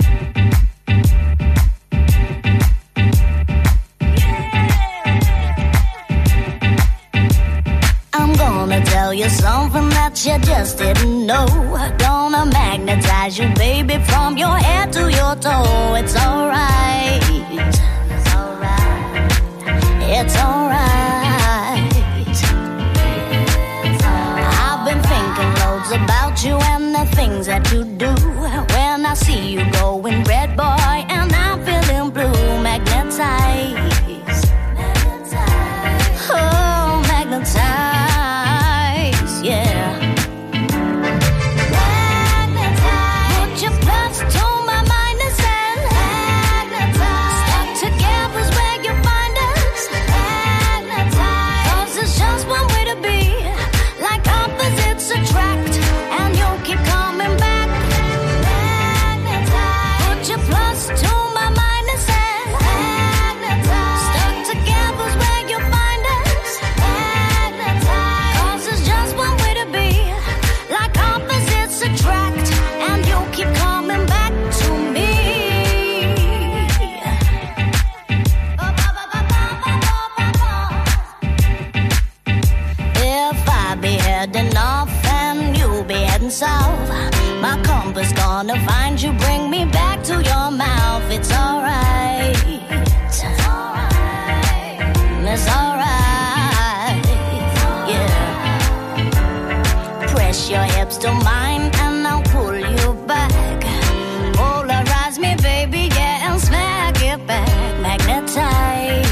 I'm gonna tell you something that you just didn't know. Gonna magnetize you, baby, from your head to your toe. It's alright. It's alright. It's alright. About you and the things that you do. When I see you going red, boy, and I'm feeling blue. Magnetize. Oh, magnetize, yeah. Magnetize. Put your plus to my minus and magnetize. Stuck together's where you find us. Magnetize. 'Cause it's just one way to be. Like opposites attract. Keep coming back. Magnetize. Put your plus to my minus and magnetize. Stuck together's where you find us. Magnetize. 'Cause it's just one way to be. Like opposites attract. And you keep coming back to me. If I be heading off and you be heading south, my compass gonna find you, bring me back to your mouth. It's alright. It's alright. It's alright. Yeah. Press your hips to mine and I'll pull you back. Polarize me, baby, yeah, and smack it back. Magnetize.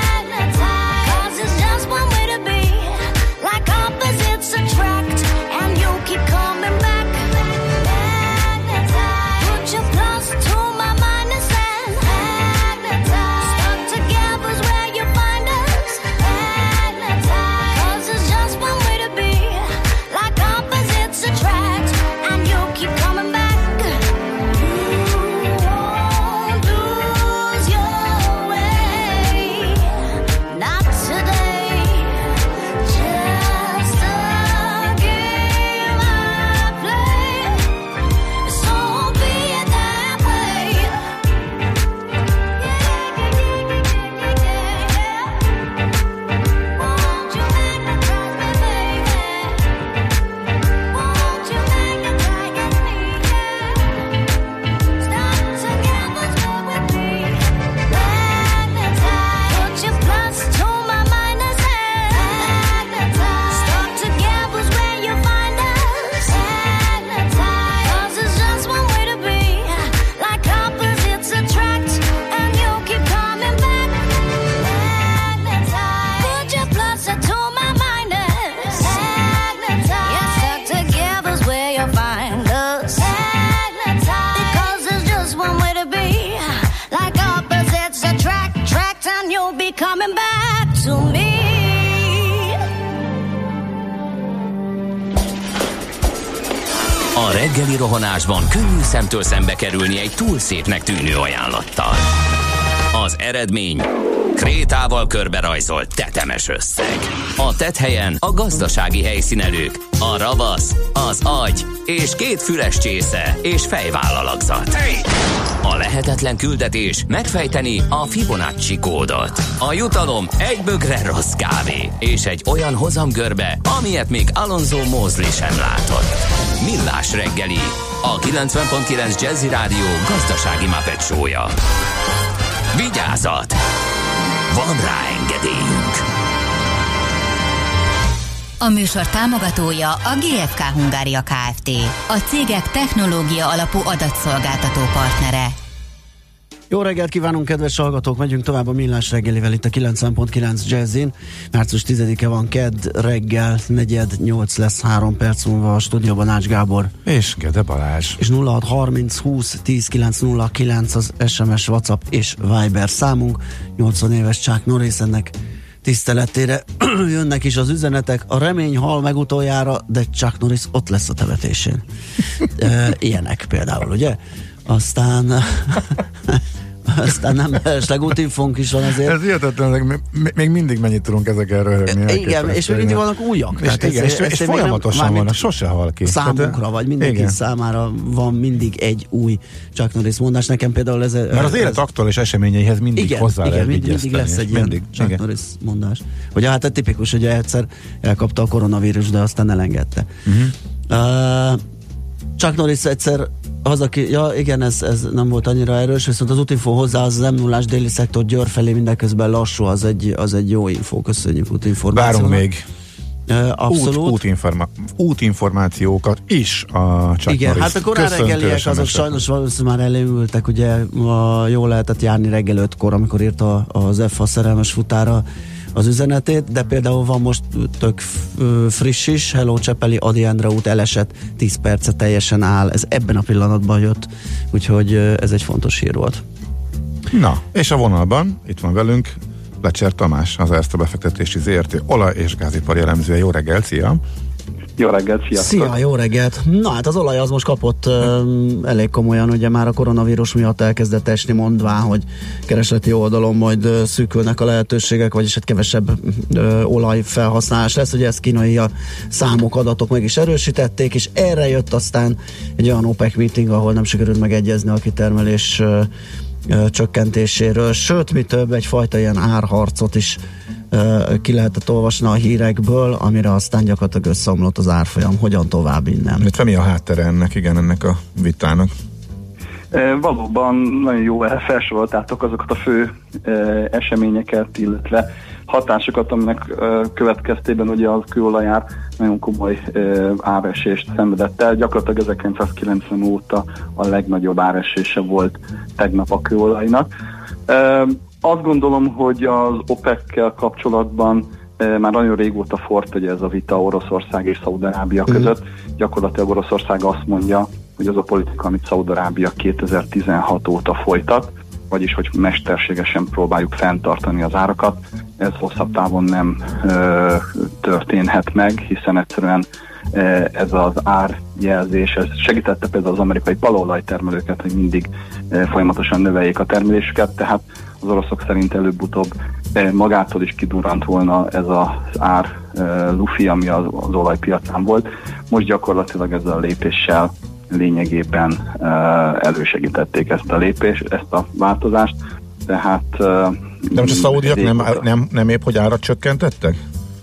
Attract and reggeli rohanásban könnyű szemtől szembe kerülni egy túl szépnek tűnő ajánlattal. Az eredmény krétával körberajzolt tetemes összeg. A tetthelyen a gazdasági helyszínelők, a ravasz, az agy és 2 füles csésze és fejvállalakzat. A lehetetlen küldetés megfejteni a Fibonacci kódot. A jutalom egy bögre rossz kávé és egy olyan hozamgörbe, amilyet még Alonso Mosley sem látott. Millás reggeli, a 90.9 Jazzy Rádió gazdasági Muppet show-ja. Vigyázat! Van rá engedélyünk! A műsor támogatója a GFK Hungária Kft. A cégek technológia alapú adatszolgáltató partnere. Jó reggelt kívánunk, kedves hallgatók! Megyünk tovább a Millás reggelivel itt a 90.9 Jazzin. Március 10-e van, kedd reggel, 7:08 lesz 3 perc múlva a stúdióban Ács Gábor. És Gede Balázs. És 0630 20 10 909 az SMS, WhatsApp és Viber számunk. 80 éves Chuck Norris, ennek tiszteletére jönnek is az üzenetek. A remény hal meg utoljára, de Chuck Norris ott lesz a temetésén. Ilyenek például, ugye? Aztán nem esetleg útinfónk is van azért. Ez hihetetlen, még mindig mennyit tudunk ezekkel röhögni. Igen, és még mindig vannak újak. És folyamatosan van, sose hal ki. Számunkra, vagy mindenki számára van mindig egy új Chuck Norris mondás. Nekem például ez... Mert az élet aktuális eseményeihez mindig hozzá lehet mindig lesz egy ilyen Chuck Norris mondás. Ugye hát tipikus, hogy egyszer elkapta a koronavírus, de aztán elengedte. Chuck Norris egyszer igen, ez nem volt annyira erős, viszont az útinfó hozzá az M0-ás déli szektor Győr felé mindenközben lassú, az egy jó infó, köszönjük útinformációnak. Várunk még abszolút. Útinformációkat is a Chuck igen, Norris. hát a korán reggeliek azok sajnos valószínűleg már előültek, ugye jól lehetett járni reggel 5-kor, amikor írta az F6 szerelmes futára az üzenetét, de például van most tök friss is, Hello Csepeli Ady Endre út elesett, 10 perce teljesen áll, ez ebben a pillanatban jött, úgyhogy ez egy fontos hír volt. Na, és a vonalban itt van velünk Lecser Tamás, az Erste befektetési ZRT olaj- és gázipari elemzője. Jó reggelt, szia! Jó reggelt, sziasztok! Szia, jó reggelt! Na hát az olaj az most kapott elég komolyan, ugye már a koronavírus miatt elkezdett esni, mondván, hogy keresleti oldalon majd szűkülnek a lehetőségek, vagyis hát kevesebb olajfelhasználás lesz, ugye ezt kínai számok, adatok meg is erősítették, és erre jött aztán egy olyan OPEC meeting, ahol nem sikerült megegyezni a kitermelés csökkentéséről, sőt, mi több, egyfajta ilyen árharcot is ki lehetett olvasni a hírekből, amire aztán gyakorlatilag összeomlott az árfolyam. Hogyan tovább innen? Mi a háttere ennek a vitának? Valóban nagyon jó felsoroltátok azokat a fő eseményeket, illetve hatásokat, aminek következtében ugye a kőolajár nagyon komoly áresést szenvedett el. Gyakorlatilag 1990 óta a legnagyobb áresése volt tegnap a kőolajnak. Azt gondolom, hogy az OPEC-kel kapcsolatban már nagyon régóta forrt ugye ez a vita Oroszország és Szaúd-Arábia között. Gyakorlatilag Oroszország azt mondja, hogy az a politika, amit Szaúd-Arábia 2016 óta folytat, vagyis hogy mesterségesen próbáljuk fenntartani az árakat, ez hosszabb távon nem történhet meg, hiszen egyszerűen ez az árjelzés, ez segítette például az amerikai palaolajtermelőket, hogy mindig folyamatosan növeljék a termelésüket, tehát az oroszok szerint előbb-utóbb magától is kidurrant volna ez az ár lufi, ami az olajpiacán volt. Most gyakorlatilag ezzel a lépéssel lényegében elősegítették ezt a változást, tehát... De most a szaúdiak nem épp, hogy árat csökkentettek?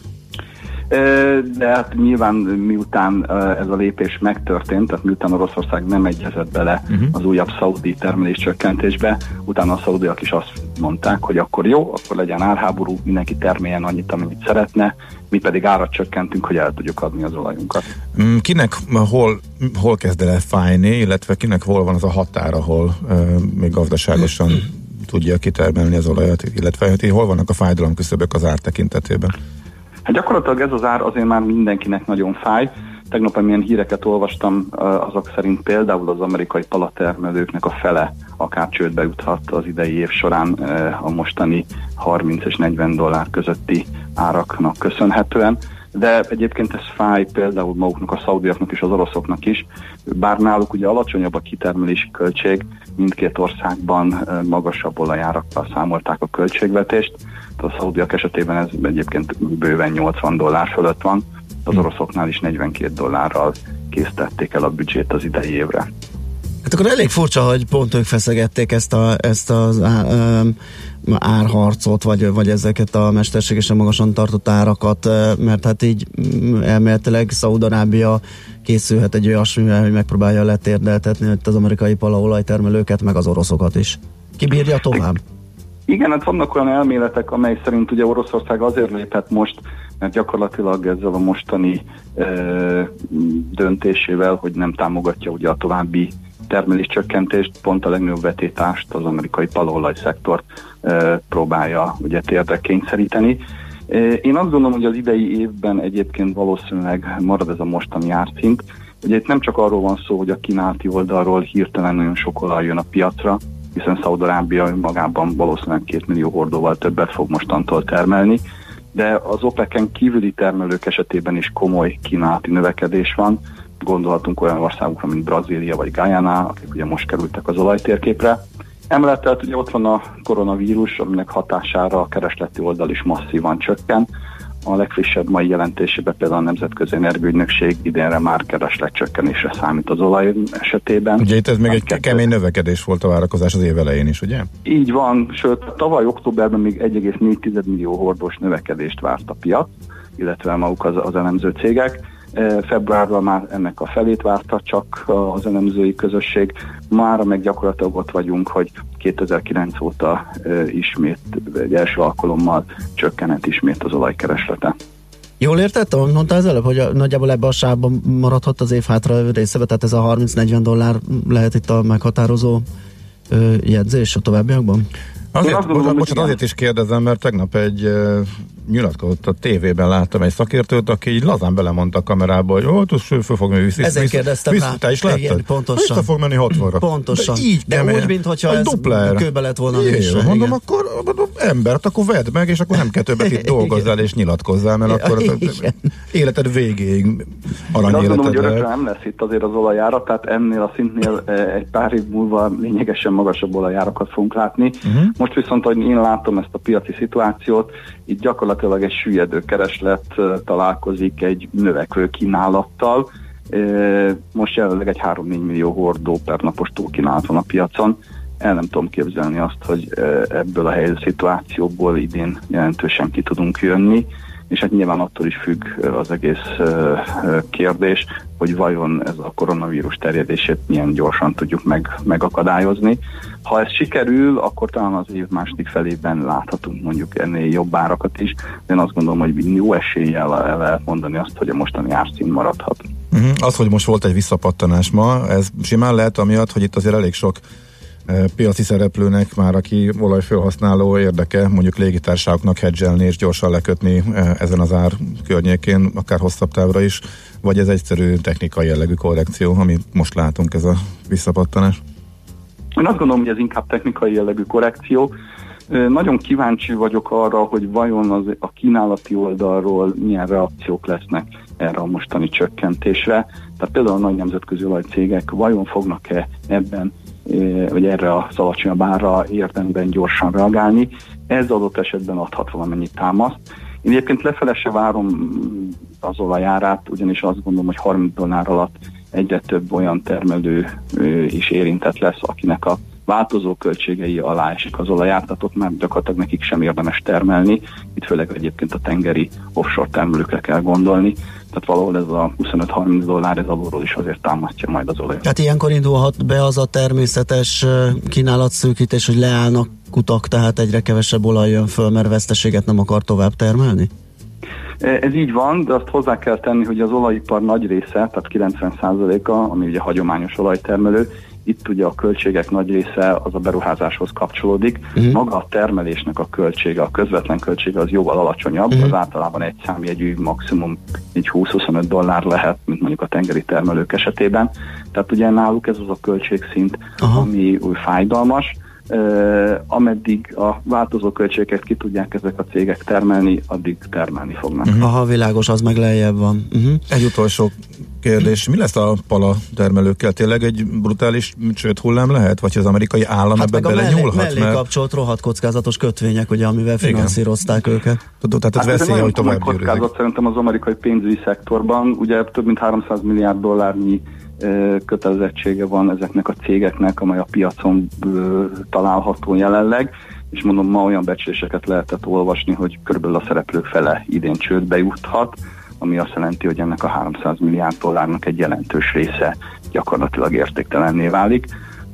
De hát nyilván miután ez a lépés megtörtént, tehát miután Oroszország nem egyezett bele az újabb szaudi termelés csökkentésbe, utána a szaudiak is azt mondták, hogy akkor jó, akkor legyen árháború, mindenki termeljen annyit, amennyit szeretne, mi pedig árat csökkentünk, hogy el tudjuk adni az olajunkat. Kinek hol kezd el fájni, illetve kinek hol van az a határ, ahol még gazdaságosan tudja kitermelni az olajat, illetve hol vannak a fájdalomküszöbök az ár tekintetében? Hát gyakorlatilag ez az ár azért már mindenkinek nagyon fáj. Tegnap, amilyen híreket olvastam, azok szerint például az amerikai palatermelőknek a fele akár csődbe juthat az idei év során a mostani 30 és 40 dollár közötti áraknak köszönhetően. de egyébként ez fáj például maguknak, a szaudiaknak és az oroszoknak is, bár náluk ugye alacsonyabb a kitermelési költség, mindkét országban magasabb olajárakkal számolták a költségvetést, a szaudiak esetében ez egyébként bőven $80 fölött van, az oroszoknál is $42 készítették el a büdzsét az idei évre. Hát akkor elég furcsa, hogy pont ők feszegették ezt az árharcot, vagy ezeket a mesterségesen magasan tartott árakat, mert hát így elméletileg Szaúd-Arábia készülhet egy olyasmivel, hogy megpróbálja letérdeltetni az amerikai palaolajtermelőket, meg az oroszokat is. Ki bírja tovább? Igen, hát vannak olyan elméletek, amely szerint ugye Oroszország azért lépett most, mert gyakorlatilag ezzel a mostani döntésével, hogy nem támogatja ugye a további termeléscsökkentést, pont a legnagyobb vetétást, az amerikai palaolaj szektort próbálja ugye térdre kényszeríteni. Én azt gondolom, hogy az idei évben egyébként valószínűleg marad ez a mostani árszint. Ugye itt nem csak arról van szó, hogy a kínálati oldalról hirtelen nagyon sok olaj jön a piacra, hiszen Szaúd-Arábia magában valószínűleg 2 millió hordóval többet fog mostantól termelni, de az OPEC-en kívüli termelők esetében is komoly kínálati növekedés van. Gondolhatunk olyan országokra, mint Brazília vagy Guyana, akik ugye most kerültek az olajtérképre. Emellett tehát ugye ott van a koronavírus, aminek hatására a keresleti oldal is masszívan csökken. A legfrissebb mai jelentésében például a Nemzetközi Energiaügynökség idénre már keresletcsökkenésre számít az olaj esetében. Ugye itt ez még egy kemény növekedés volt a várakozás az év elején is, ugye? Így van, sőt tavaly októberben még 1,4 millió hordós növekedést várt a piac, illetve maguk az elemző cégek. Februárban már ennek a felét várta csak az elemzői közösség. Mára meg gyakorlatilag ott vagyunk, hogy 2009 óta ismét egy első alkalommal csökkenett ismét az olajkereslete. Jól értettem, amit mondtál az előbb, hogy nagyjából ebbe a sávban maradhat az év hátra részebe, tehát ez a $30-40 lehet itt a meghatározó jegyzés a továbbiakban? Azért is kérdezem, mert tegnap egy nyilatkozott a tévében, láttam egy szakértőt, aki így lazán belemondta a kamerába, hogy jó, föl fog menni vissza. Ezért kérdeztem rá. Te is láttad? Igen, pontosan. Vissza fog menni 60-ra. Pontosan. De úgy, mintha ez kőbe lett volna. Mondom, akkor embert, akkor vedd meg, és akkor nem kell többet itt dolgozzál és nyilatkozzál, mert akkor életed végéig aranyéleted. Én azt gondolom, hogy örökre nem lesz itt azért az olajára, tehát ennél a szintnél egy pár év múlva lényegesen magasabb olajárakat fogunk látni. Most viszont, ahogy én látom ezt a piaci szituációt, itt gyakorlatilag egy süllyedő kereslet találkozik egy növekvő kínálattal. Most jelenleg egy 3-4 millió hordó per napos túlkínálat van a piacon. El nem tudom képzelni azt, hogy ebből a helyzet szituációból idén jelentősen ki tudunk jönni, és hát nyilván attól is függ az egész kérdés, hogy vajon ez a koronavírus terjedését milyen gyorsan tudjuk megakadályozni. Ha ez sikerül, akkor talán az év második felében láthatunk mondjuk ennél jobb árakat is, de én azt gondolom, hogy jó eséllyel el lehet mondani azt, hogy a mostani árszín maradhat. Az, hogy most volt egy visszapattanás ma, ez simán lehet amiatt, hogy itt azért elég sok piaci szereplőnek már, aki olajfelhasználó érdeke, mondjuk légitársaságoknak hedgelni és gyorsan lekötni ezen az ár környékén, akár hosszabb távra is, vagy ez egyszerű technikai jellegű korrekció, amit most látunk, ez a visszapattanás? Én azt gondolom, hogy ez inkább technikai jellegű korrekció. Nagyon kíváncsi vagyok arra, hogy vajon a kínálati oldalról milyen reakciók lesznek erre a mostani csökkentésre. Tehát például a nagy nemzetközi olajcégek vajon fognak-e ebben vagy erre az alacsonyabb árra érdemben gyorsan reagálni. Ez adott esetben adhat valamennyi támaszt. Én egyébként lefele se várom az olajárát, ugyanis azt gondolom, hogy $30 alatt egyre több olyan termelő is érintett lesz, akinek a változó költségei alá esik az olajár, tehát ott már gyakorlatilag nekik sem érdemes termelni. Itt főleg egyébként a tengeri offshore termelőkre kell gondolni. Tehát valahol ez a $25-30 ez alulról is azért támasztja majd az olajat. Tehát ilyenkor indulhat be az a természetes kínálatszűkítés, hogy leállnak kutak, tehát egyre kevesebb olaj jön föl, mert veszteséget nem akar tovább termelni? Ez így van, de azt hozzá kell tenni, hogy az olajipar nagy része, tehát 90%-a, ami ugye hagyományos olajtermelő, itt ugye a költségek nagy része az a beruházáshoz kapcsolódik. Maga a termelésnek a költsége, a közvetlen költsége az jóval alacsonyabb, az általában egy számjegyű maximum egy $20-25 lehet, mint mondjuk a tengeri termelők esetében. Tehát ugye náluk ez az a költségszint, ami új fájdalmas. ameddig a változó költségeket ki tudják ezek a cégek termelni, addig termelni fognak. Aha, világos, az meg lejjebb van. Egy utolsó kérdés, mi lesz a pala termelőkkel? Tényleg egy brutális csőd hullám lehet? Vagy az amerikai állam ebbe belenyúlhat? Mellé kapcsolt rohadt kockázatos kötvények, ugye, amivel finanszírozták őket. Tehát ez veszély, hogy tovább gyűrűzik. Kockázat szerintem az amerikai pénzügyi szektorban, ugye több mint 300 milliárd dollárnyi kötelezettsége van ezeknek a cégeknek, amely a piacon található jelenleg, és mondom, ma olyan becsléseket lehetett olvasni, hogy körülbelül a szereplők fele idén csődbe juthat, ami azt jelenti, hogy ennek a 300 milliárd dollárnak egy jelentős része gyakorlatilag értéktelenné válik.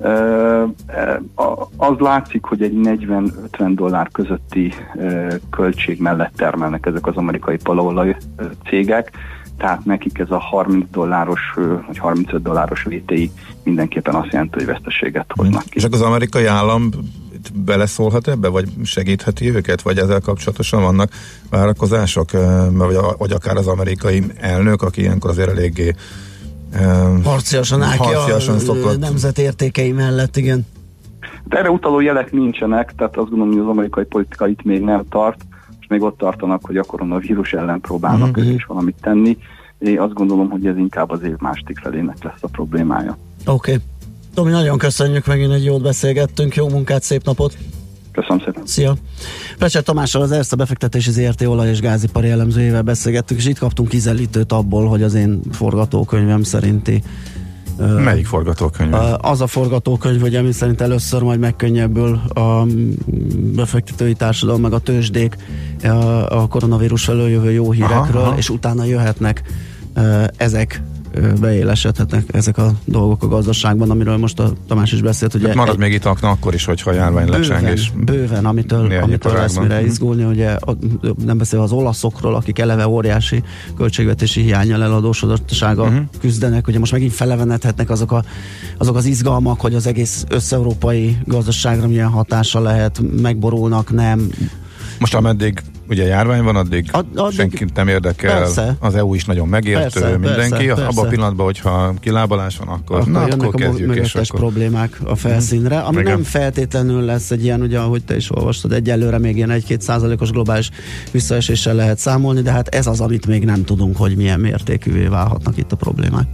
Az látszik, hogy egy 40-50 dollár közötti költség mellett termelnek ezek az amerikai palaolaj cégek, tehát nekik ez a 30 dolláros vagy 35 dolláros VTI mindenképpen azt jelenti, hogy veszteséget hoznak ki. És akkor az amerikai állam beleszólhat ebbe, vagy segítheti őket, vagy ezzel kapcsolatosan vannak várakozások, vagy akár az amerikai elnök, aki ilyenkor azért eléggé harciasan áll ki a nemzet értékei mellett, igen. De erre utaló jelek nincsenek, tehát azt gondolom, hogy az amerikai politika itt még nem tart, és még ott tartanak, hogy a koronavírus ellen próbálnak is valamit tenni. Én azt gondolom, hogy ez inkább az év második felének lesz a problémája. Oké. Tomi, nagyon köszönjük, megint egy jót beszélgettünk, jó munkát, szép napot! Köszönöm szépen! Szia! Pecser Tamással, az Erste befektetési ZRT olaj- és gázipari elemzőjével beszélgettünk, és itt kaptunk kizelítőt abból, hogy az én forgatókönyvem szerinti... Melyik forgatókönyv? Az a forgatókönyv, hogy ami szerint először majd megkönnyebbül a befektetői társadalom, meg a tőzsdék a koronavírus felől jövő jó hírekről, és utána jöhetnek ezek, beélesedhetnek ezek a dolgok a gazdaságban, amiről most a Tamás is beszélt. Ugye marad még itt akkor is, hogyha a járvány lecsengés. Bőven, amitől lesz mire izgulni, ugye nem beszél az olaszokról, akik eleve óriási költségvetési hiánnyal, eladósodottsággal küzdenek, ugye most megint felevenedhetnek azok az izgalmak, hogy az egész összeurópai gazdaságra milyen hatása lehet, megborulnak, nem. Most ameddig ugye járvány van, addig senkit nem érdekel, persze. Az EU is nagyon megértő, mindenki. Abban a pillanatban, hogyha kilábalás van, akkor jönnek kezdjük, a mögöttes problémák a felszínre, ami nem feltétlenül lesz egy ilyen, ugye, ahogy te is olvastad, egyelőre még ilyen 1-2%-os globális visszaeséssel lehet számolni, de hát ez az, amit még nem tudunk, hogy milyen mértékűvé válhatnak itt a problémák.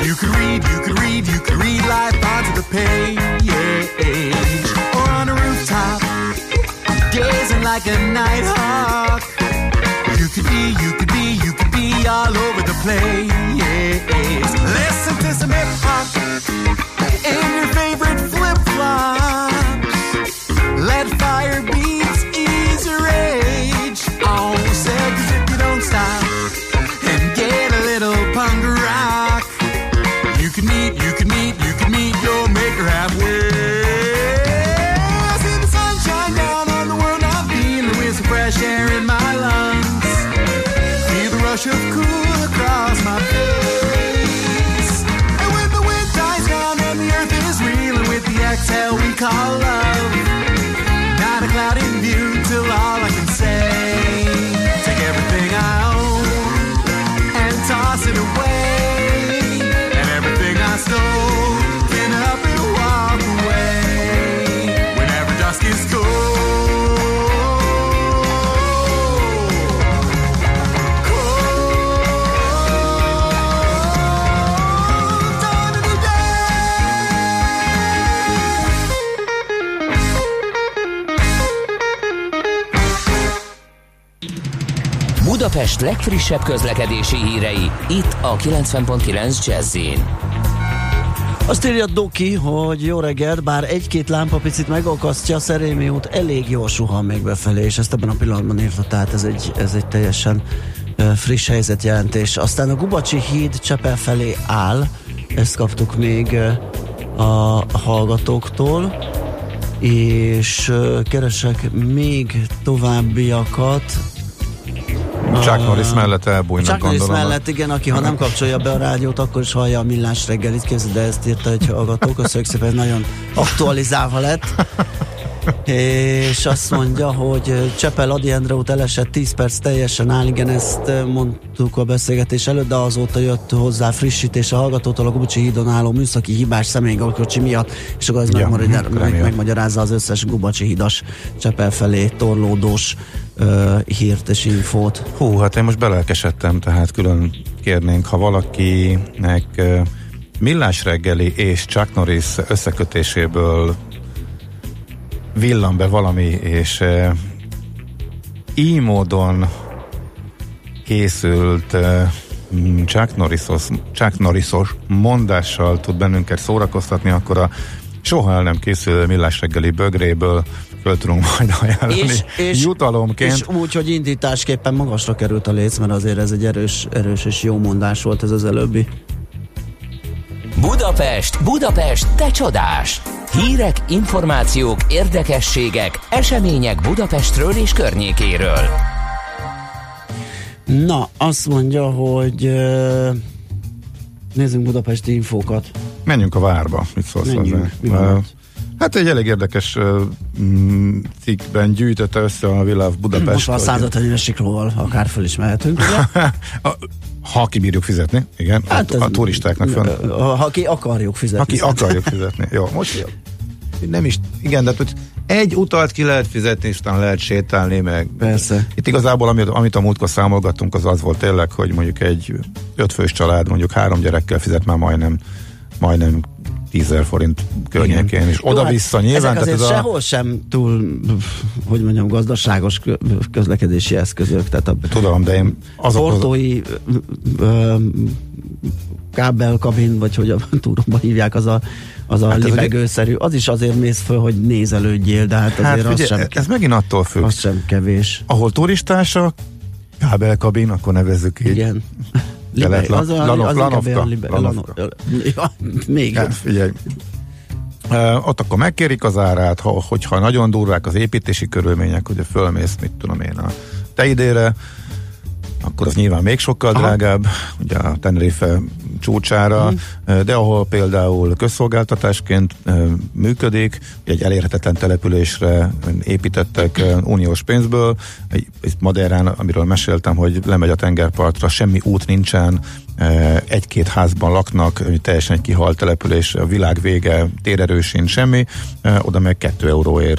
You could read life onto the page, or on a rooftop, gazing like a nighthawk. You could be all over the place. Listen to some hip hop in your favorite flip flops. Let fire beats ease your rage. Oh, say 'cause if you don't stop and get a little punk rock, you can meet your maker halfway. I see the sunshine down on the world I'm feeling with some fresh air in my lungs. Feel the rush of cool across my face. And when the wind dies down and the earth is reeling with the exhale we call love, not a cloud in view till all I can say, take everything I own and toss it away, and everything I stole can help it walk away whenever dusk is cold. Budapest legfrissebb közlekedési hírei, itt a 90.9 Jazz-in. Azt írja Doki, hogy jó reggelt, bár egy-két lámpa picit megakasztja, a Szerémi út elég jól suhan még befelé, és ezt ebben a pillanatban írta, tehát ez egy teljesen friss helyzetjelentés. Aztán a Gubacsi híd Csepel felé áll, ezt kaptuk még a hallgatóktól, és keresek még továbbiakat. Chuck Norris mellett elbújnak, Chuck Norris gondolom. mellett, igen, aki ha nem kapcsolja be a rádiót, akkor is hallja a Millás reggelit, képzeld, de ezt írta egy hallgató, köszönjük szépen, nagyon aktualizálva lett. És azt mondja, hogy Csepel Ady Endre út elesett, 10 perc teljesen áll, igen, ezt mondtuk a beszélgetés előtt, de azóta jött hozzá frissítés a hallgatótól a Gubacsi hídon álló műszaki hibás személygépkocsi miatt, és akkor ez megmagyarázza az összes Gubacsi hídas Csepel felé torlódós hírt és infót. Hú, hát én most belelkesedtem, tehát külön kérnénk, ha valakinek Millás reggeli és Chuck Norris összekötéséből villan be valami, és így módon készült Chuck Norrisos mondással tud bennünket szórakoztatni, akkor a soha el nem készül Millás reggeli bögréből föl tudunk majd ajánlani jutalomként. És úgy, hogy indításképpen magasra került a léc, mert azért ez egy erős és jó mondás volt ez az előbbi. Budapest, te csodás! Hírek, információk, érdekességek, események Budapestről és környékéről. Na, azt mondja, hogy nézzünk budapesti infókat. Menjünk a várba, mit szólsz hozzá? Hát egy elég érdekes cikkben gyűjtötte össze a We Love Budapest. Most már 150 siklóval akár föl is mehetünk, ugye? Ha kibírjuk fizetni, igen, hát a turistáknak fönn. Ha ki akarjuk fizetni. Ha ki akarjuk fizetni. Jó, most nem is, igen, de hogy egy utalt ki lehet fizetni, és utána lehet sétálni, meg. Persze. Itt igazából, amit a múltkor számolgattunk, az volt tényleg, hogy mondjuk egy 5 fős család, mondjuk 3 gyerekkel fizet már majdnem 10 000 forint környékén, és oda-vissza nyilván. Ezek azért sehol sem túl, hogy mondjam, gazdaságos közlekedési eszközök. Tehát tudom, de én portói kábelkabin, vagy hogy a túromban hívják, az a libegőszerű, az is azért mész föl, hogy nézelődjél, de hát azért figyelj, az sem ez megint attól függ. Az sem kevés. Ahol turistás, kábelkabin, akkor nevezzük így. Igen. Lanovka. Még. Hát figyelj. Ott akkor megkérik az árát, hogyha nagyon durvák az építési körülmények, ugye fölmész, mit tudom én, a Teidére, akkor az nyilván még sokkal drágább, ugye a Tenerife csúcsára, de ahol például közszolgáltatásként működik, egy elérhetetlen településre építettek uniós pénzből, egy Madeirán, amiről meséltem, hogy lemegy a tengerpartra, semmi út nincsen, 1-2 házban laknak, teljesen egy kihalt település, a világ vége, térerő sincs, semmi, oda meg 2 euróért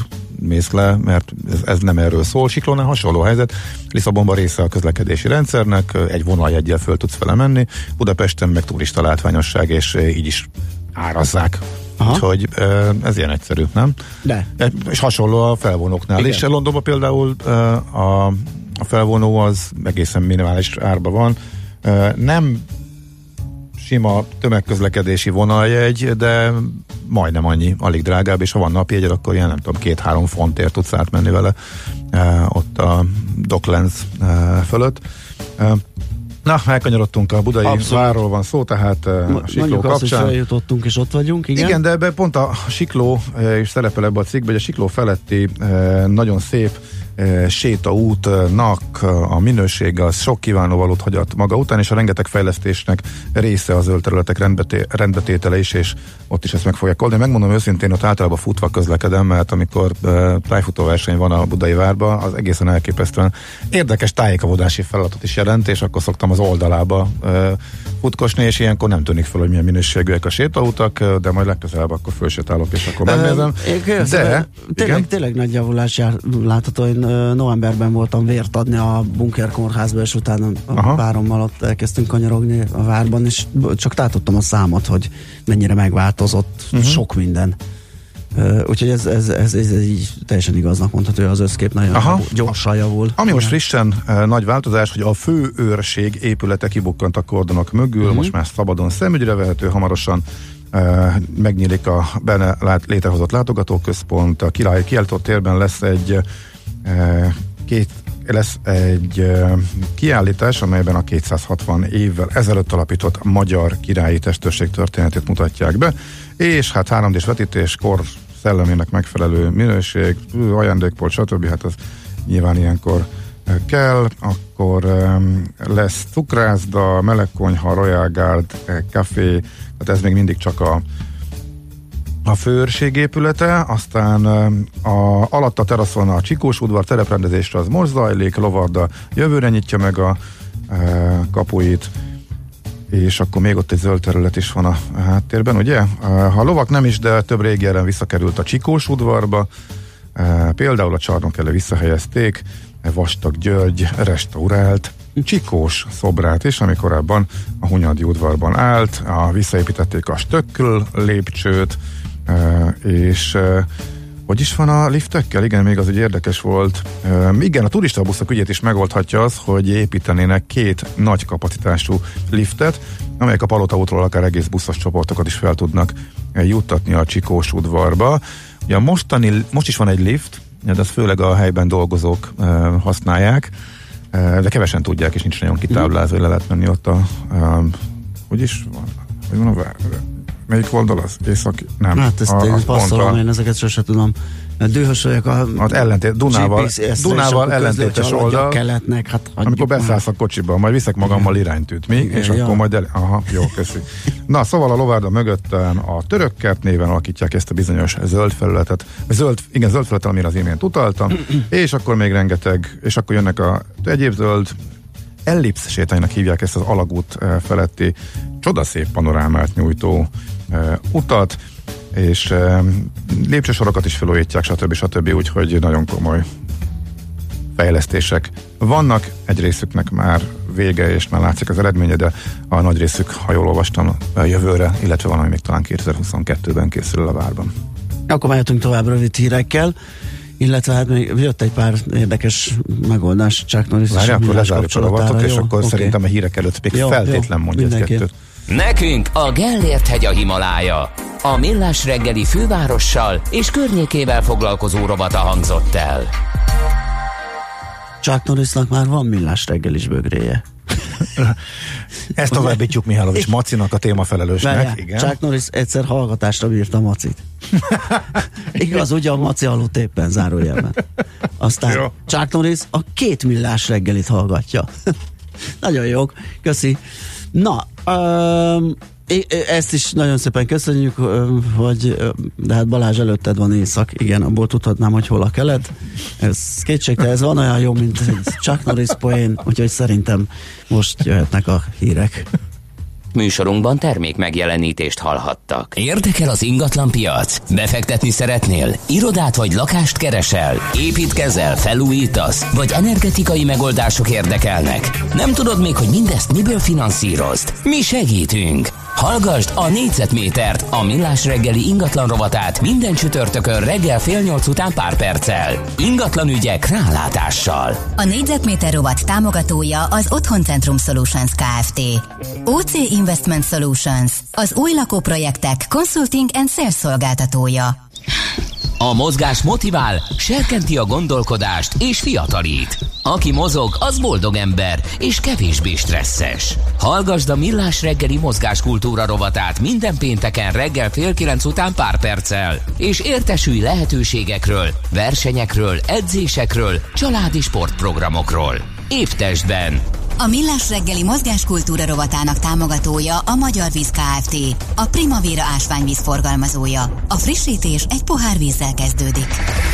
mész le, mert ez nem erről szól. Siklónál hasonló helyzet. Lisszabonban része a közlekedési rendszernek, egy vonaljeggyel föl tudsz vele menni, Budapesten meg turista látványosság, és így is árazzák. Úgyhogy ez ilyen egyszerű, nem? De. És hasonló a felvonóknál. Igen. És Londonban például a felvonó az egészen minimális árban van. Nem sima tömegközlekedési vonaljegy, de majdnem annyi, alig drágább, és ha van napjegyed, akkor ilyen nem tudom, 2-3 fontért tudsz átmenni vele ott a Docklands fölött. Na, elkanyarodtunk, a budai várról van szó, tehát a Sikló kapcsán. Azt, hogy feljutottunk, és ott vagyunk, igen? Igen, de ebben pont a Sikló is szerepel ebbe a cikkbe, hogy a Sikló feletti nagyon szép sétaútnak a minősége az sok kívánóvalót hagyott maga után, és a rengeteg fejlesztésnek része a zöld területek rendbetétele is, és ott is ezt meg fogják oldani. Megmondom őszintén, ott általában futva közlekedem, mert amikor tájfutóverseny van a budai várban, az egészen elképesztően érdekes tájékozódási feladatot is jelent, és akkor szoktam az oldalába futkosni, és ilyenkor nem tűnik fel, hogy milyen minőségűek a sétautak, de majd legközelebb akkor fölsétálok, és akkor megnézem. Tényleg nagy javulás látható. Én novemberben voltam vért adni a Bunker kórházba, és utána a párommal ott elkezdtünk kanyarogni a várban, és csak tátottam a számot, hogy mennyire megváltozott sok minden. Úgyhogy ez így teljesen igaznak mondható, hogy az összkép nagyon gyorsan javul. Ami most frissen nagy változás, hogy a főőrség épülete kibukkant a kordonok mögül, most már szabadon szemügyre vehető, hamarosan megnyílik a benne létrehozott látogatóközpont, a Királyi Kiáltó térben lesz egy kiállítás, amelyben a 260 évvel ezelőtt alapított magyar királyi testőrség történetét mutatják be, és hát 3D-s vetítés, kor szellemének megfelelő minőség, ajándékbolt, stb. Hát az nyilván ilyenkor kell, akkor lesz cukrászda, melegkonyha, Royal Guard, café, tehát ez még mindig csak a főőrség épülete, aztán alatt a teraszon a Csikós udvar tereprendezésre az most zajlik, Lovarda jövőre nyitja meg a kapuit, és akkor még ott egy zöld terület is van a háttérben, ugye? Ha lovak nem is, de több régi elem visszakerült a Csikós udvarba, például a csarnok elé visszahelyezték Vastag György restaurált Csikós szobrát is, ami korábban a Hunyadi udvarban állt, visszaépítették a Stöckl lépcsőt, és hogy is van a liftekkel? Igen, még az úgy érdekes volt. Igen, a turistabuszok ügyét is megoldhatja az, hogy építenének 2 nagy kapacitású liftet, amelyek a Palota útról akár egész buszos csoportokat is fel tudnak juttatni a Csikós udvarba. Ugye most is van egy lift, de ezt főleg a helyben dolgozók használják, de kevesen tudják, és nincs nagyon kitáblázva, hogy le lehet menni ott hogy is van? Hogy van a melyik oldal az? Északi? Nem. Hát ezt én passzolom, én ezeket sose tudom. Dühös vagyok a Dunával ellentétes oldal. Keletnek, hát amikor beszállsz a kocsiba, majd viszek magammal iránytűt mi, és akkor majd jó, köszi. Na, szóval a Lovárda mögött a Törökkert néven alakítják ezt a bizonyos zöld felületet. Zöld felület, amire az imént utaltam, és akkor még rengeteg, és akkor jönnek a egyéb zöld ellipsz sétánynak hívják ezt az alagút feletti csodaszép panorámát nyújtó utat, és lépcsősorokat is felújítják, stb. Úgyhogy nagyon komoly fejlesztések vannak. Egy részüknek már vége, és már látszik az eredménye, de a nagy részük, ha jól olvastam, jövőre, illetve valami még talán 2022-ben készül a várban. Akkor mehetünk tovább rövid hírekkel, illetve hát még jött egy pár érdekes megoldás Chuck Norris. Várjál, akkor lezárjuk a rovatot, és akkor szerintem a hírek előtt még feltétlen mondja egy-kettőt. Nekünk a Gellért-hegy a Himalája. A Millás reggeli fővárossal és környékével foglalkozó rovata hangzott el. Chuck Norrisnak már van Millás reggelis bögréje. Ezt továbbítjuk Mihálovics Macinak, a témafelelősnek. Igen. Chuck Norris egyszer hallgatásra bírta Macit. Igaz, ugye a Maci aludt éppen zárójelben. Aztán jó. Chuck Norris a 2 Millás reggelit hallgatja. Nagyon jó, köszi. Na, ezt is nagyon szépen köszönjük, hogy de hát Balázs előtted van észak, igen, abból tudhatnám, hogy hol a kelet. Ez kétségtelen, ez van olyan jó, mint egy Chuck Norris poén, úgyhogy szerintem most jöhetnek a hírek. Műsorunkban termék megjelenítést hallhattak. Érdekel az ingatlan piac? Befektetni szeretnél? Irodát vagy lakást keresel? Építkezel, felújítasz? Vagy energetikai megoldások érdekelnek? Nem tudod még, hogy mindezt miből finanszírozd? Mi segítünk! Hallgasd a Négyzetmétert, a Millás reggeli ingatlan rovatát minden csütörtökön reggel 7:30 után pár perccel. Ingatlan ügyek rálátással. A Négyzetméter rovat támogatója az Otthoncentrum Solutions Kft. OC Investment Solutions, az új lakóprojektek consulting and sales szolgáltatója. A mozgás motivál, serkenti a gondolkodást és fiatalít. Aki mozog, az boldog ember és kevésbé stresszes. Hallgasd a Millás reggeli mozgáskultúra rovatát minden pénteken reggel 8:30 után pár perccel, és értesülj lehetőségekről, versenyekről, edzésekről, családi sportprogramokról. Épp testben. A Millás reggeli mozgáskultúra rovatának támogatója a Magyar Víz Kft. A Primavera ásványvíz forgalmazója. A frissítés egy pohár vízzel kezdődik.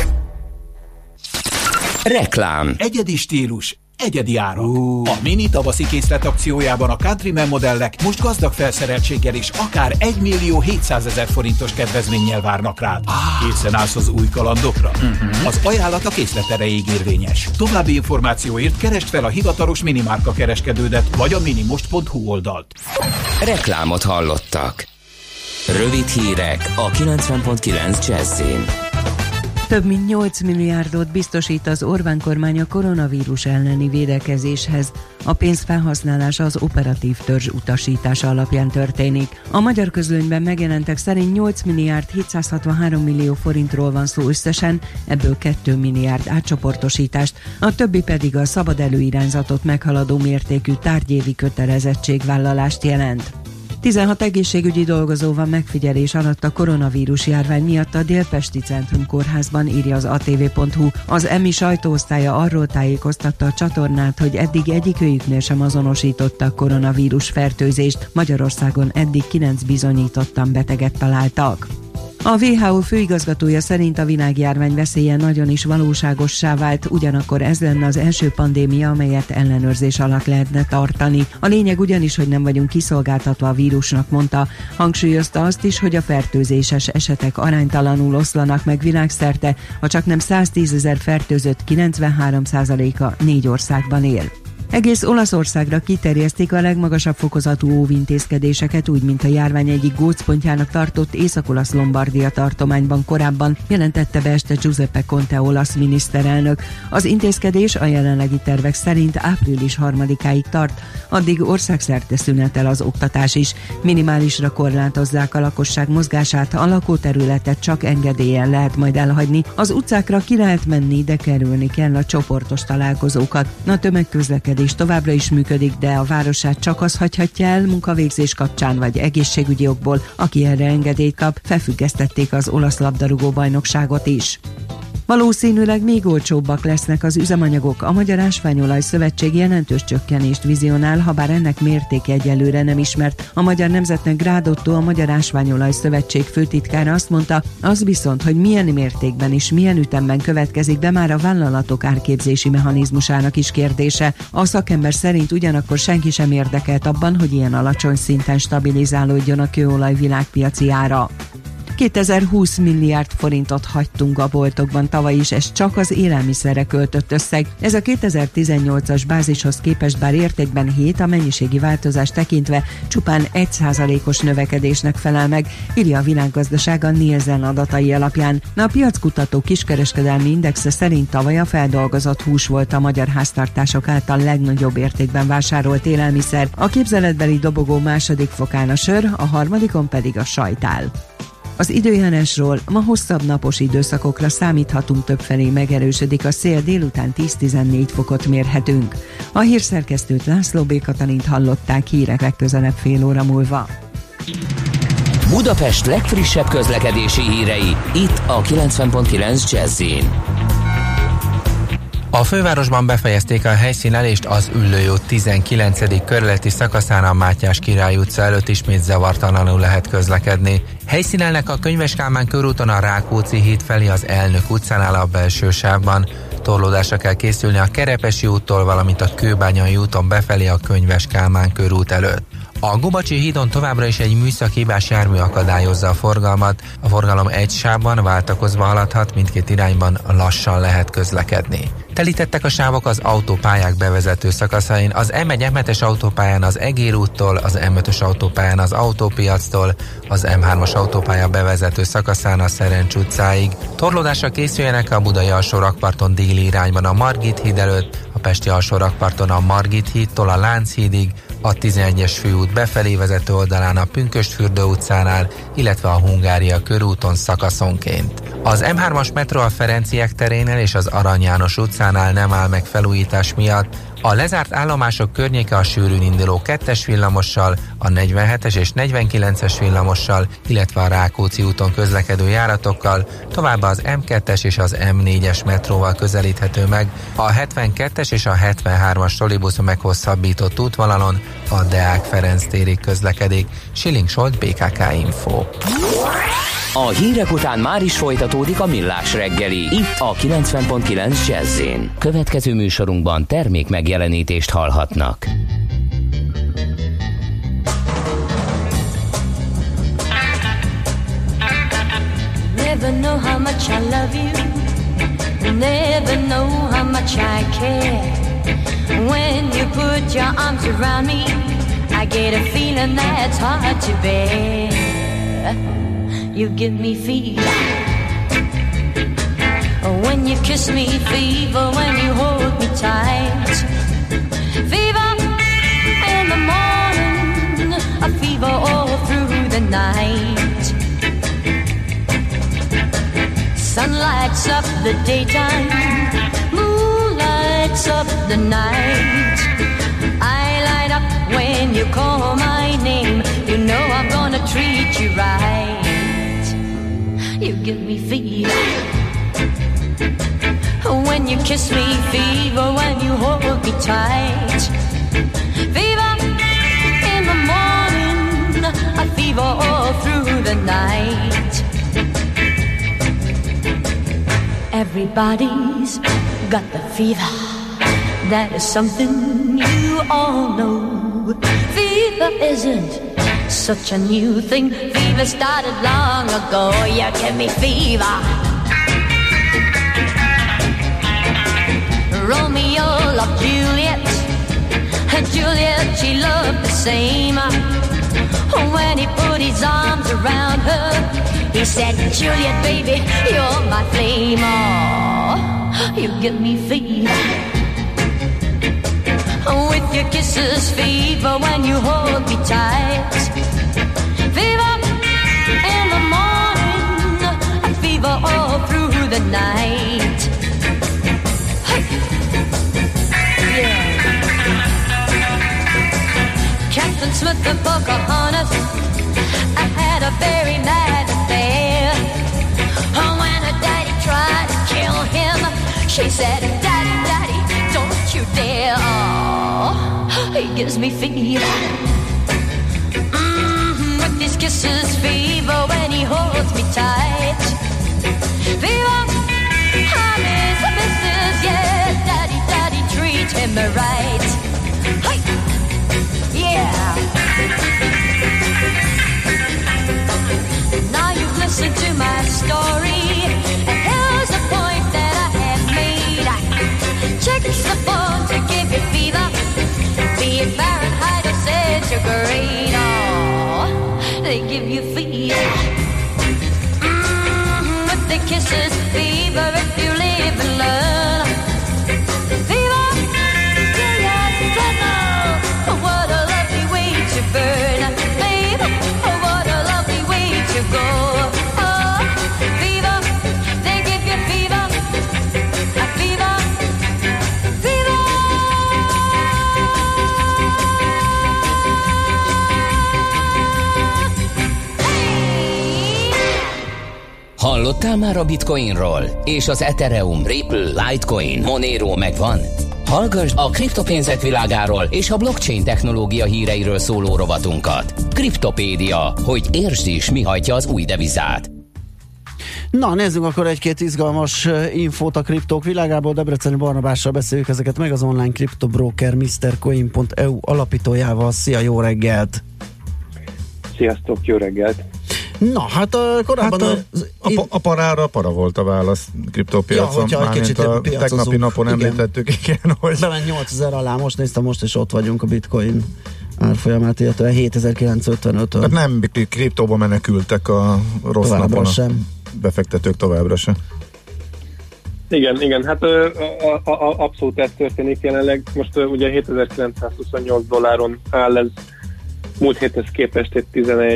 Reklám. Egyedi stílus, egyedi árak. A mini tavaszi készlet akciójában a Countryman modellek most gazdag felszereltséggel is akár 1.700.000 forintos kedvezménnyel várnak rád. Készen állsz az új kalandokra? Az ajánlat a készlet erejéig érvényes. További információért keresd fel a hivatalos minimárka kereskedődet vagy a minimost.hu oldalt. Reklámot hallottak. Rövid hírek a 90.9 Jazzin. Több mint 8 milliárdot biztosít az Orbán kormány a koronavírus elleni védekezéshez. A pénzfelhasználása az operatív törzs utasítása alapján történik. A magyar közlönyben megjelentek szerint 8 milliárd 763 millió forintról van szó összesen, ebből 2 milliárd átcsoportosítást, a többi pedig a szabad előirányzatot meghaladó mértékű tárgyévi kötelezettségvállalást jelent. 16 egészségügyi dolgozó van megfigyelés alatt a koronavírus járvány miatt a Délpesti Centrum Kórházban, írja az atv.hu. Az EMI sajtóosztálya arról tájékoztatta a csatornát, hogy eddig egyikőjüknél sem azonosítottak koronavírus fertőzést. Magyarországon eddig 9 bizonyítottan beteget találtak. A WHO főigazgatója szerint a világjárvány veszélye nagyon is valóságossá vált, ugyanakkor ez lenne az első pandémia, amelyet ellenőrzés alatt lehetne tartani. A lényeg ugyanis, hogy nem vagyunk kiszolgáltatva a vírusnak, mondta. Hangsúlyozta azt is, hogy a fertőzéses esetek aránytalanul oszlanak meg világszerte, a csaknem 110 000 fertőzött 93%-a 4 országban él. Egész Olaszországra kiterjesztik a legmagasabb fokozatú óvintézkedéseket, úgy, mint a járvány egyik gócpontjának tartott Észak-olasz Lombardia tartományban korábban, jelentette be este Giuseppe Conte olasz miniszterelnök. Az intézkedés a jelenlegi tervek szerint április 3-áig tart, addig országszerte szünetel az oktatás is. Minimálisra korlátozzák a lakosság mozgását, a lakóterületet csak engedéllyel lehet majd elhagyni, az utcákra ki lehet menni, de kerülni kell a csoportos találkozókat. A tömegközlekedés továbbra is működik, de a városát csak az hagyhatja el munkavégzés kapcsán vagy egészségügyi okból, aki erre engedélyt kap, felfüggesztették az olasz labdarúgó bajnokságot is. Valószínűleg még olcsóbbak lesznek az üzemanyagok. A Magyar Ásványolaj Szövetség jelentős csökkenést vizionál, habár ennek mértéke egyelőre nem ismert. A Magyar Nemzetnek Grád Ottó, a Magyar Ásványolaj Szövetség főtitkára azt mondta, az viszont, hogy milyen mértékben és milyen ütemben következik be, már a vállalatok árképzési mechanizmusának is kérdése. A szakember szerint ugyanakkor senki sem érdekelt abban, hogy ilyen alacsony szinten stabilizálódjon a kőolaj világpiaci ára. 2020 milliárd forintot hagytunk a boltokban tavaly is, ez csak az élelmiszerre költött összeg. Ez a 2018-as bázishoz képest bár értékben 7, a mennyiségi változás tekintve csupán 1%-os növekedésnek felel meg, írja a Világgazdaság a Nielsen adatai alapján. A piackutató kiskereskedelmi indexe szerint tavaly a feldolgozott hús volt a magyar háztartások által legnagyobb értékben vásárolt élelmiszer, a képzeletbeli dobogó második fokán a sör, a harmadikon pedig a sajt áll. Az időjárásról: ma hosszabb napos időszakokra számíthatunk, többfelé megerősödik a szél, délután 10-14 fokot mérhetünk. A hírszerkesztőt, László B. Katalint hallották, hírek legközelebb fél óra múlva. Budapest legfrissebb közlekedési hírei, itt a 90.9 Jazz-in. A fővárosban befejezték a helyszínelést az Üllői út 19. körületi szakaszán, a Mátyás Király utca előtt ismét zavartalanul lehet közlekedni. Helyszínelnek a Könyves Kálmán körúton a Rákóczi híd felé az Elnök utcánál a belső sávban. Torlódásra kell készülni a Kerepesi úttól, valamint a Kőbányai úton befelé a Könyves Kálmán körút előtt. A Gubacsi hídon továbbra is egy műszaki hibás jármű akadályozza a forgalmat. A forgalom egy sávban váltakozva haladhat, mindkét irányban lassan lehet közlekedni. Telítettek a sávok az autópályák bevezető szakaszain, az M1-M7-es autópályán az Egér úttól, az M5-ös autópályán az Autópiactól, az M3-as autópálya bevezető szakaszán a Szerencs utcáig. Torlódásra készüljenek a Budai alsórakparton déli irányban a Margit híd előtt, a Pesti alsórakparton a Margit hídtól a Lánchídig, a 11-es főút befelé vezető oldalán a Pünkösdfürdő utcánál, illetve a Hungária körúton szakaszonként. Az M3-as metró a Ferenciek terénél és az Arany János utcánál nem áll meg felújítás miatt. A lezárt állomások környéke a sűrűn induló 2-es villamossal, a 47-es és 49-es villamossal, illetve a Rákóczi úton közlekedő járatokkal, továbbá az M2-es és az M4-es metróval közelíthető meg, a 72-es és a 73-as trolibusz meghosszabbított útvonalon a Deák Ferenc térig közlekedik. Schilling Solt, BKK Info. A hírek után már is folytatódik a Millás reggeli, itt a 90.9 Jazz-in. Következő műsorunkban termék megjelenítést hallhatnak. Never know how much I love you. Never know how much I care. When you put your arms around me, I get a feeling that's hard to bear. You give me fever when you kiss me, fever when you hold me tight. Fever in the morning, a fever all through the night. Sun lights up the daytime, moon lights up the night. I light up when you call my name. You know I'm gonna treat you right. You give me fever when you kiss me, fever when you hold me tight. Fever in the morning, a fever all through the night. Everybody's got the fever. That is something you all know. Fever isn't such a new thing. Fever started long ago. You give me fever. Romeo loved Juliet, and Juliet, she loved the same. When he put his arms around her, he said, Juliet, baby, you're my flame. Oh, you give me fever. With your kisses, fever when you hold me tight. Fever in the morning, a fever all through the night. Hey. Yeah. Captain Smith and Pocahontas, I had a very mad affair. When her daddy tried to kill him, she said, Daddy, Daddy, don't you dare. Oh, he gives me fever. With his kisses, fever when he holds me tight. Fever, I'm his missus, yeah. Daddy, Daddy, treat him right. Hey, yeah. Now you've listened to my story, and here's the point that I have made. Check the phone to give you fever, be it Fahrenheit or centigrade. Oh, they give you fever. With the kisses, fever if you live and learn. Fever, yeah, yes, I know. What a lovely way to burn, babe. What a lovely way to go. Oh, fever, they give you fever. A fever, fever. Hallottál már a Bitcoinról? És az Ethereum, Ripple, Litecoin, Monero megvan? Hallgass a kriptopénzek világáról és a blockchain technológia híreiről szóló rovatunkat. Kriptopédia, hogy értsd is, mi hajtja az új devizát. Na, nézzünk akkor egy-két izgalmas infót a kriptók világából. Debreceni Barnabással beszéljük ezeket meg, az online kriptobroker MrCoin.eu alapítójával. Szia, jó reggelt! Sziasztok, jó reggelt! Na, hát korábban... A parára para volt a válasz kriptópiacon. Ja, mármint a tegnapi napon említettük, igen, hogy... Bement 8000 alá, most néztem, most is ott vagyunk a bitcoin árfolyamát, illetve 7955-ön. Tehát nem kriptóba menekültek a rossz továbbra napon sem. Befektetők továbbra sem. Igen, hát abszolút ez történik jelenleg. Most ugye 7928 dolláron áll, ez múlt héthez képest egy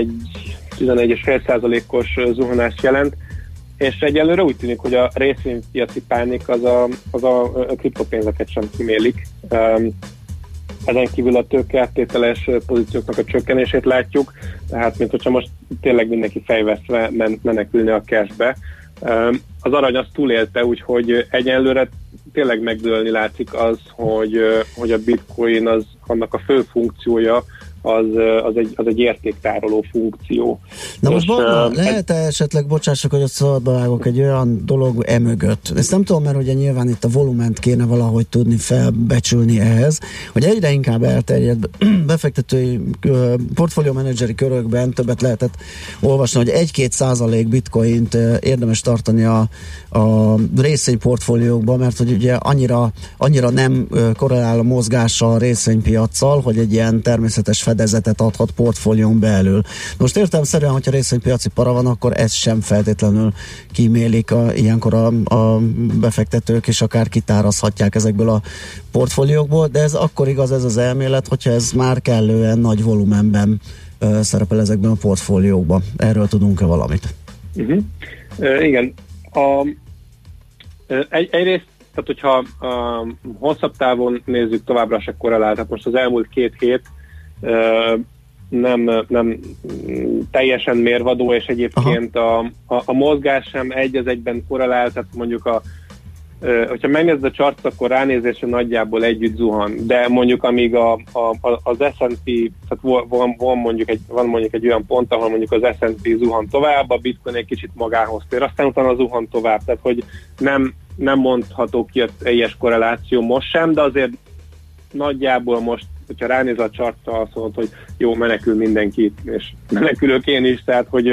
11,5%-os zuhanást jelent, és egyelőre úgy tűnik, hogy a részvénypiaci pánik az a kriptopénzeket sem kimélik. Ezen kívül a tőkeáttételes pozícióknak a csökkenését látjuk, tehát mint hogyha most tényleg mindenki fejvesztve menekülne a cashbe. Az arany az túlélte, úgyhogy egyelőre tényleg megdőlni látszik az, hogy a bitcoin annak a fő funkciója az egy értéktároló funkció. Na most lehet-e esetleg, bocsássak, hogy ott szabadba vágok, egy olyan dolog emögött? Ezt nem tudom, mert ugye nyilván itt a volument kéne valahogy tudni felbecsülni ehhez, hogy egyre inkább elterjed befektetői portfóliómenedzseri körökben többet lehetett olvasni, hogy 1-2% bitcoint érdemes tartani a részvényportfóliókban, mert hogy ugye annyira nem korrelál a mozgása a részvénypiaccal, hogy egy ilyen természetes fedezetet adhat portfólión belül. Most értelemszerűen, hogyha részvénypiaci para van, akkor ez sem feltétlenül kímélik ilyenkor a befektetők, és akár kitárazhatják ezekből a portfóliókból, de ez akkor igaz ez az elmélet, hogyha ez már kellően nagy volumenben szerepel ezekben a portfóliókban. Erről tudunk-e valamit? Igen. Egyrészt, tehát hogyha hosszabb távon nézzük, továbbra se korrelál, tehát most az elmúlt 2 hét nem teljesen mérvadó, és egyébként a mozgás sem egy az egyben korrelál, tehát mondjuk hogyha megnézed a chartot, akkor ránézésre nagyjából együtt zuhan, de mondjuk amíg az S&P, tehát van mondjuk egy olyan pont, ahol mondjuk az S&P zuhan tovább, a Bitcoin egy kicsit magához tér, aztán utána zuhan tovább, tehát hogy nem mondható ki a teljes korreláció most sem, de azért nagyjából most, hogyha ránéz a chartra, azt mondod, hogy jó, menekül mindenki, és menekülök én is, tehát hogy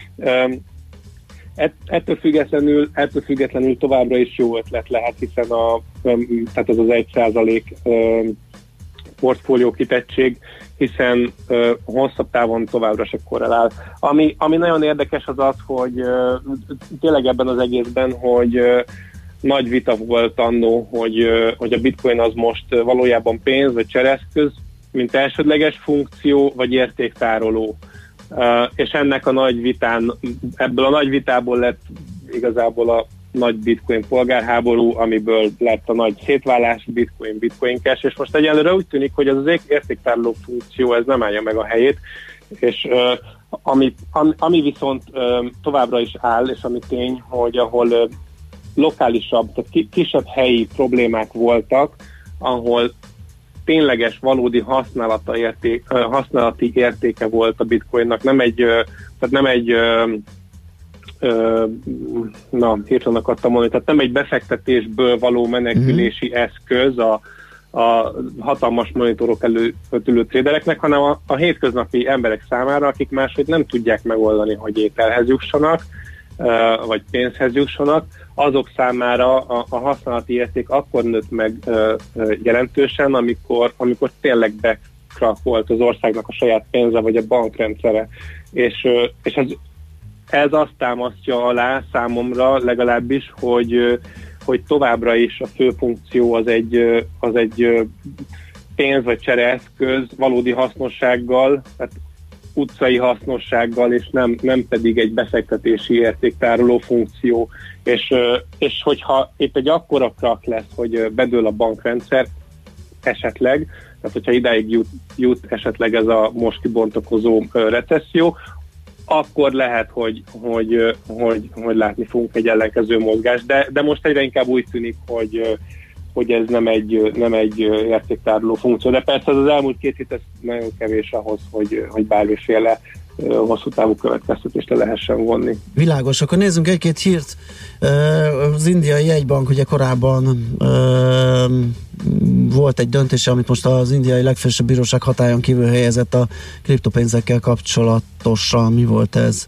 ettől függetlenül továbbra is jó ötlet lehet, hiszen tehát az 1% portfólió kitettség, hiszen hosszabb távon továbbra se korrelál. Ami nagyon érdekes az, hogy tényleg ebben az egészben, hogy nagy vita volt annó, hogy a bitcoin az most valójában pénz vagy csereeszköz, mint elsődleges funkció, vagy értéktároló. És ennek a nagy vitán, ebből a nagy vitából lett igazából a nagy bitcoin polgárháború, amiből lett a nagy szétválás, bitcoin cash, és most egyelőre úgy tűnik, hogy ez az értéktároló funkció, ez nem állja meg a helyét, és ami viszont továbbra is áll, és ami tény, hogy ahol lokálisabb, tehát kisebb helyi problémák voltak, ahol tényleges, valódi használati értéke volt a bitcoinnak, hirtelen akartam mondani, tehát nem egy befektetésből való menekülési eszköz a hatalmas monitorok előtt ülő trédereknek, hanem a hétköznapi emberek számára, akik máshogy nem tudják megoldani, hogy ételhez jussanak, vagy pénzhez jussanak, azok számára a használati érték akkor nőtt meg jelentősen, amikor tényleg bekrakolt az országnak a saját pénze, vagy a bankrendszere. És ez azt támasztja alá számomra legalábbis, hogy továbbra is a fő funkció az egy pénz vagy csereeszköz valódi hasznossággal, tehát utcai hasznossággal, és nem pedig egy befektetési értéktároló funkció. És hogyha itt egy akkora krak lesz, hogy bedől a bankrendszer, esetleg, tehát hogyha idáig jut esetleg ez a most kibontakozó recesszió, akkor lehet, hogy látni fogunk egy ellenkező mozgást, de most egyre inkább úgy tűnik, hogy ez nem egy értéktároló funkció. De persze az elmúlt 2 hét ez nagyon kevés ahhoz, hogy bármiféle hosszú távú következtetést le lehessen vonni. Világos, akkor nézzünk egy-két hírt. Az indiai jegybank ugye korábban volt egy döntése, amit most az indiai legfelsőbb bíróság hatályon kívül helyezett a kriptopénzekkel kapcsolatosan. Mi volt ez?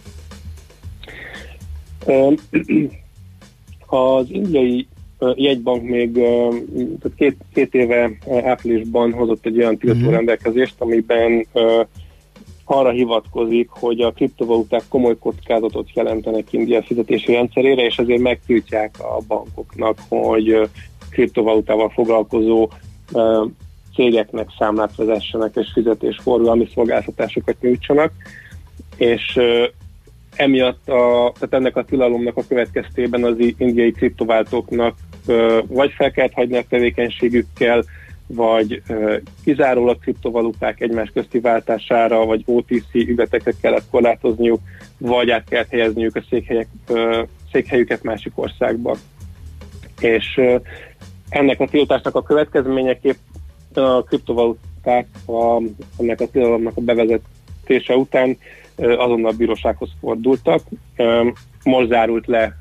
Az indiai jegybank még két éve áprilisban hozott egy olyan tiltó rendelkezést, amiben arra hivatkozik, hogy a kriptovaluták komoly kockázatot jelentenek India fizetési rendszerére, és ezért megtiltják a bankoknak, hogy kriptovalutával foglalkozó cégeknek számlát vezessenek és fizetésforgalmi szolgáltatásokat nyújtsanak, és emiatt tehát ennek a tilalomnak a következtében az indiai kriptováltóknak vagy fel kellett hagyni a tevékenységükkel, vagy kizárólag kriptovaluták egymás közti váltására, vagy OTC ügyletekre kellett korlátozniuk, vagy át kellett helyezniük a székhelyüket másik országba. És ennek a tiltásnak a következményeképp a kriptovaluták ennek a tilalomnak a bevezetése után azonnal a bírósághoz fordultak. Most zárult le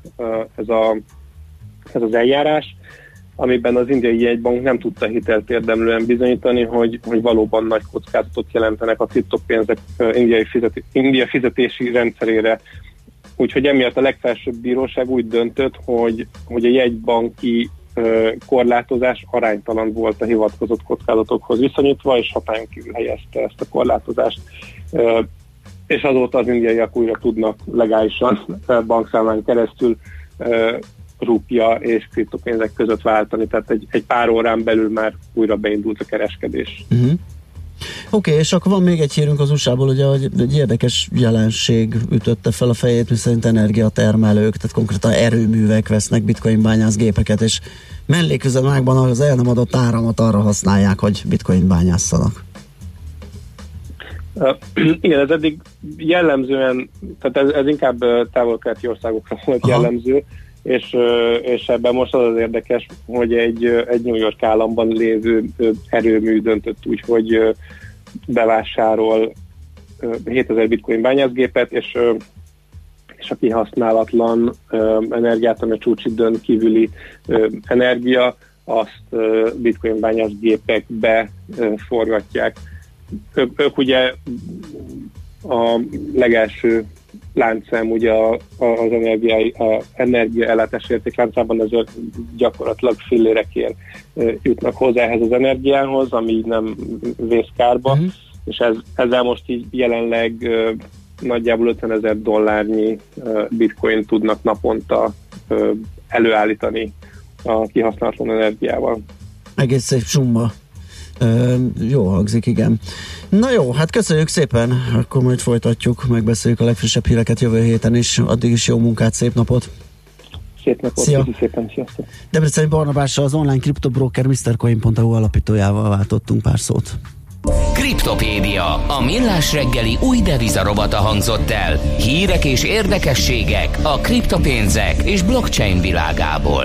ez az eljárás, amiben az indiai jegybank nem tudta hitelt érdemlően bizonyítani, hogy valóban nagy kockázatot jelentenek a kriptopénzek India fizetési rendszerére. Úgyhogy emiatt a legfelsőbb bíróság úgy döntött, hogy a jegybanki korlátozás aránytalan volt a hivatkozott kockázatokhoz viszonyítva, és hatályon kívül helyezte ezt a korlátozást. És azóta az indiaiak újra tudnak legálisan bankszámlán keresztül rúpja és kriptopénzek között váltani, tehát egy pár órán belül már újra beindult a kereskedés. Oké, és akkor van még egy hírünk az USA-ból, ugye, hogy egy érdekes jelenség ütötte fel a fejét, miszerint energiatermelők, tehát konkrétan erőművek vesznek bitcoin bányászgépeket, és melléküzemekben az el nem adott áramot arra használják, hogy bitcoin bányásszanak. Igen, ez eddig jellemzően, tehát ez inkább távol-keleti országokra volt jellemző, és ebben most az érdekes, hogy egy New York államban lévő erőmű döntött úgy, hogy bevásárol 7000 bitcoin bányászgépet, és a kihasználatlan energiát, ami a csúcsidőn kívüli energia, azt bitcoin bányászgépekbe forgatják. Ők ugye a legelső láncszem ugye az energiaellátás értékláncában, ez gyakorlatilag fillérekért jutnak hozzá ehhez az energiához, ami így nem vész kárba, és ezzel most így jelenleg nagyjából $50,000 bitcoin tudnak naponta előállítani a kihasználatlan energiával. Egész szép summa. Jó hangzik, igen. Na jó, hát köszönjük szépen, akkor majd folytatjuk, megbeszéljük a legfrissebb híreket jövő héten is. Addig is jó munkát, szép napot! Szép napot, köszönjük szépen, sziasztok! Debreceni Barnabással, az online kriptobroker MrCoin.hu alapítójával váltottunk pár szót. Kriptopédia, a millás reggeli új devizarobata hangzott el. Hírek és érdekességek a kriptopénzek és blockchain világából.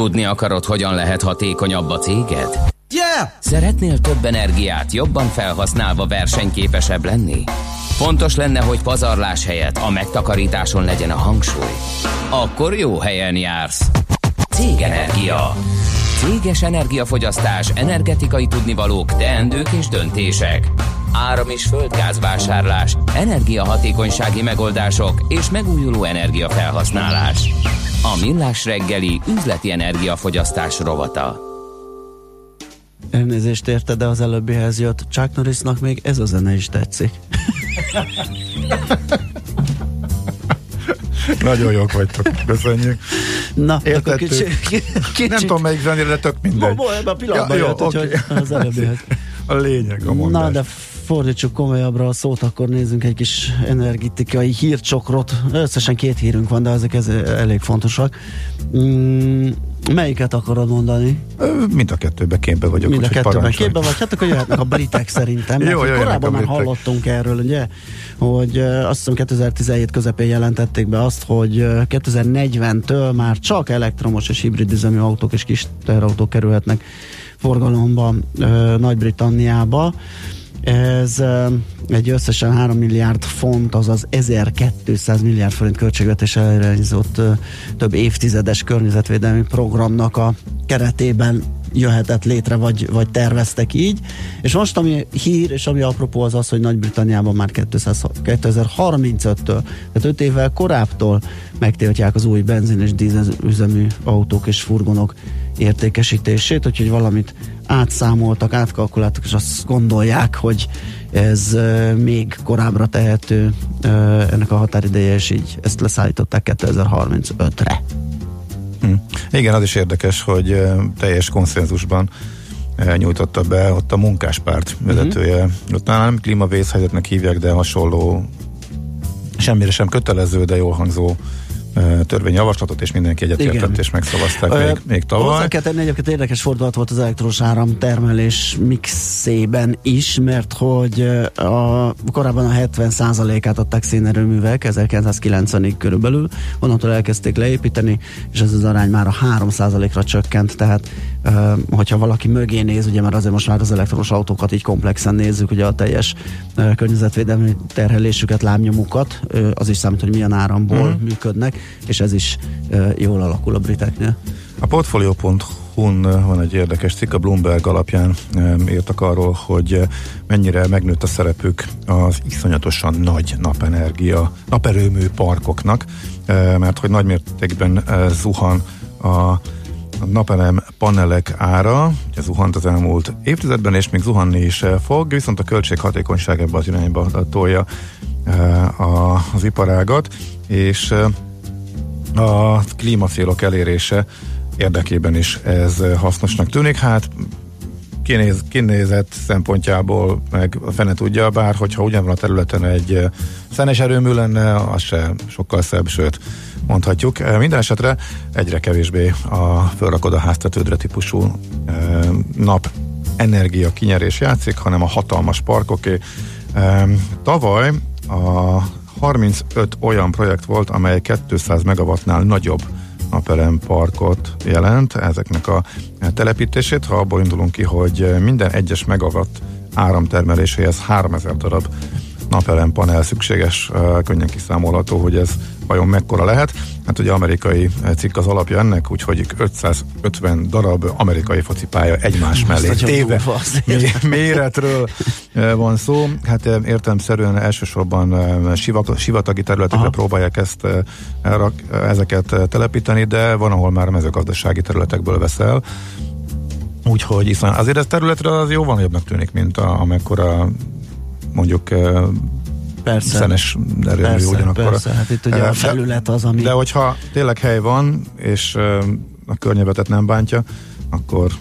Tudni akarod, hogyan lehet hatékonyabb a céged? Yeah! Szeretnél több energiát jobban felhasználva versenyképesebb lenni? Fontos lenne, hogy pazarlás helyett a megtakarításon legyen a hangsúly. Akkor jó helyen jársz. Cégenergia. Céges energiafogyasztás, energetikai tudnivalók, teendők és döntések. Áram- és földgázvásárlás, energiahatékonysági megoldások és megújuló energiafelhasználás. A Millás reggeli üzleti energiafogyasztás rovata. Elnézést érte, de az előbbihez jött Chuck Norrisnak még ez a zene is tetszik. Nagyon jók vagytok, köszönjük. Na, akkor kicsit. Nem tudom melyik zenére, de tök mindegy. Ebben a pillanatban jött, úgyhogy az előbbihez. A lényeg a mondás. Na, de fordítsuk komolyabbra a szót, akkor nézzünk egy kis energetikai hírcsokrot. Összesen 2 hírünk van, de ezek elég fontosak. Melyiket akarod mondani? Mind a kettőben képbe vagyok. Mind a kettőben képbe vagy, hát akkor jöhetnek a britek szerintem. Jó, korábban már hallottunk erről, ugye, hogy azt hiszem 2017 közepén jelentették be azt, hogy 2040-től már csak elektromos és hibrid üzemű autók és kis teherautók kerülhetnek forgalomba Nagy-Britanniába. Ez egy összesen 3 milliárd font, azaz 1200 milliárd forint költségvetéssel irányzott több évtizedes környezetvédelmi programnak a keretében jöhetett létre, vagy terveztek így. És most ami hír, és ami apropó az az, hogy Nagy-Britanniában már 2035-től, tehát 5 évvel korábbtól megtiltják az új benzin és dízel üzemű autók és furgonok értékesítését, úgyhogy valamit átszámoltak, átkalkuláltak, és azt gondolják, hogy ez még korábbra tehető ennek a határideje, és így ezt leszállították 2035-re. Igen, az is érdekes, hogy teljes konszenzusban nyújtotta be ott a munkáspárt vezetője. Ott nem klímavészhelyzetnek hívják, de hasonló, semmire sem kötelező, de jól hangzó törvényjavaslatot, és mindenki egyetértett, és megszavazták még tavaly. Hozzá kell tenni, egyébként érdekes fordulat volt az elektromos áram termelés mixében is, mert hogy korábban a 70%-át adták szénerőművek 1990-ig körülbelül, onnantól elkezdték leépíteni, és ez az arány már a 3%-ra csökkent, tehát hogyha valaki mögé néz, ugye már azért most már az elektromos autókat így komplexen nézzük, ugye a teljes környezetvédelmi terhelésüket, lábnyomukat, az is számít, hogy milyen áramból működnek, és ez is jól alakul a briteknél. A Portfolio.hu-n van egy érdekes cikk, a Bloomberg alapján írtak arról, hogy mennyire megnőtt a szerepük az iszonyatosan nagy naperőmű parkoknak, mert hogy nagymértékben zuhan a napelem panelek ára, ugye zuhant az elmúlt évtizedben, és még zuhanni is fog, viszont a költséghatékonyság ebbe az irányba tolja az iparágat, és a klímacélok elérése érdekében is ez hasznosnak tűnik. Hát kinézet szempontjából meg a fene tudja, bár hogyha ugyanabban a területen egy szenes erőmű lenne, az se sokkal szebb, sőt mondhatjuk. Minden esetre egyre kevésbé a fölrakod a háztetődre típusú nap energia kinyerés játszik, hanem a hatalmas parkoké. Tavaly a 35 olyan projekt volt, amely 200 megawattnál nagyobb napelemparkot jelent, ezeknek a telepítését, ha abból indulunk ki, hogy minden egyes megawatt áramtermeléséhez 3000 darab napelempanel szükséges, könnyen kiszámolható, hogy ez vajon mekkora lehet. Hát ugye amerikai cikk az alapja ennek, úgyhogy 550 darab amerikai focipálya egymás mellé téve méretről van szó. Hát értelemszerűen elsősorban sivatagi területekre próbálják ezeket telepíteni, de van, ahol már mezőgazdasági területekből veszel. Úgyhogy azért ez területre az jóval nagyobbnak tűnik, mint amekkora mondjuk szenes erőmű ugyanakkor. Persze, hát itt ugye a felület az, ami... De hogyha tényleg hely van, és a környezetet nem bántja, akkor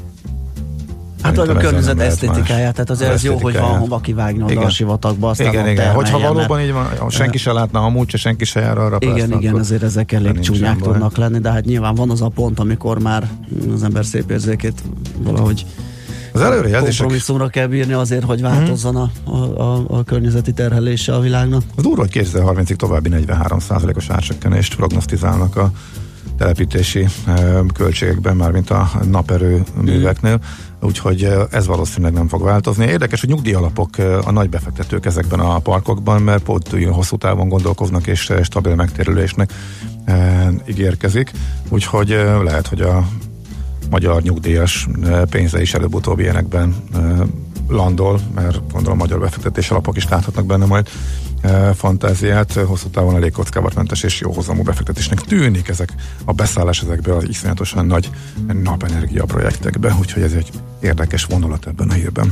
hát a környezet esztétikáját, tehát azért az jó, hogy van hova kivágnod a sivatagba, aztán igen. Hogyha valóban így van, senki se látna amúgy, se senki se jár arra. Igen, azért ezek elég csúnyák tudnak lenni, de hát nyilván van az a pont, amikor már az ember szép érzékét valahogy az előrejelzések kompromisszumra kell bírni azért, hogy változzon a környezeti terhelése a világnak. Az durva, hogy 2030-ig további 43%-os árcsökkenést prognosztizálnak a telepítési költségekben, mármint a naperőműveknél, úgyhogy ez valószínűleg nem fog változni. Érdekes, hogy nyugdíjalapok a nagy befektetők ezekben a parkokban, mert pont hosszú távon gondolkoznak és stabil megtérülésnek ígérkezik, úgyhogy lehet, hogy a magyar nyugdíjas pénze is előbb-utóbb ilyenekben landol, mert gondolom magyar befektetés alapok is láthatnak benne majd fantáziát, hosszú távon elég kockávatmentes és jó hozamú befektetésnek tűnik ezek a beszállás ezekbe az iszonyatosan nagy napenergia projektekbe, úgyhogy ez egy érdekes vonulat ebben a hírben.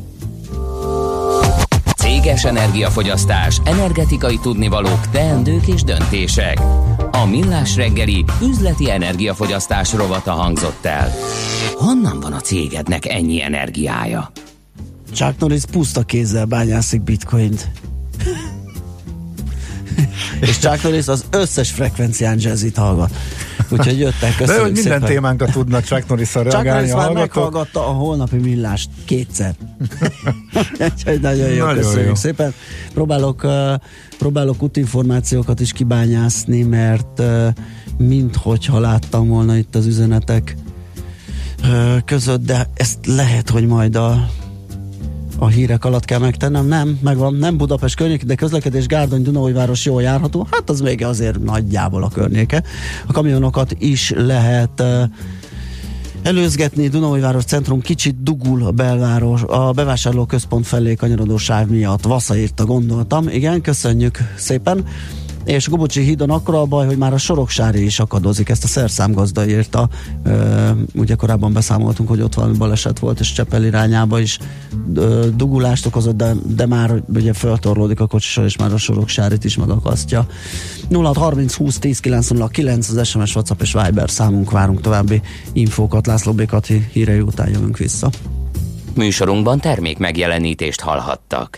Céges energiafogyasztás, energetikai tudnivalók, teendők és döntések. A Millás reggeli üzleti energiafogyasztás rovata hangzott el. Honnan van a cégednek ennyi energiája? Chuck Norris puszta kézzel bányászik bitcoint. És Chuck Norris az összes frekvencián jazzit hallgat. Úgyhogy jöttek, köszönjük. De hogy minden szépen. témánkra tudnak Chuck Norris-ra reagálni. Chuck Norris a már hallgatók. meghallgatta a holnapi Millást kétszer. Úgyhogy nagyon jó, Nagyon köszönjük jó. szépen. Próbálok útinformációkat is kibányászni, mert minthogyha láttam volna itt az üzenetek között, de ezt lehet, hogy majd a hírek alatt kell megtennem. Nem, megvan, nem Budapest környék, de közlekedés Gárdony, Dunaújváros jól járható. Hát az még azért nagyjából a környéke. A kamionokat is lehet előzgetni. Dunaújváros centrum kicsit dugul a belváros, a bevásárlóközpont felé kanyarodó sáv miatt. Vasza írta, gondoltam. Igen, köszönjük szépen. És Gubocsi hídon akkora a baj, hogy már a Soroksári is akadozik, ezt a szerszámgazda írta. Ugye korábban beszámoltunk, hogy ott valami baleset volt, és Csepel irányába is dugulást okozott, de már ugye föltorlódik a kocsisor, és már a Soroksárit is megakasztja. 0630 20 10 909 az SMS, WhatsApp és Viber számunk, várunk további infókat. László B. Kati hírei után jövünk vissza. Műsorunkban termék megjelenítést hallhattak.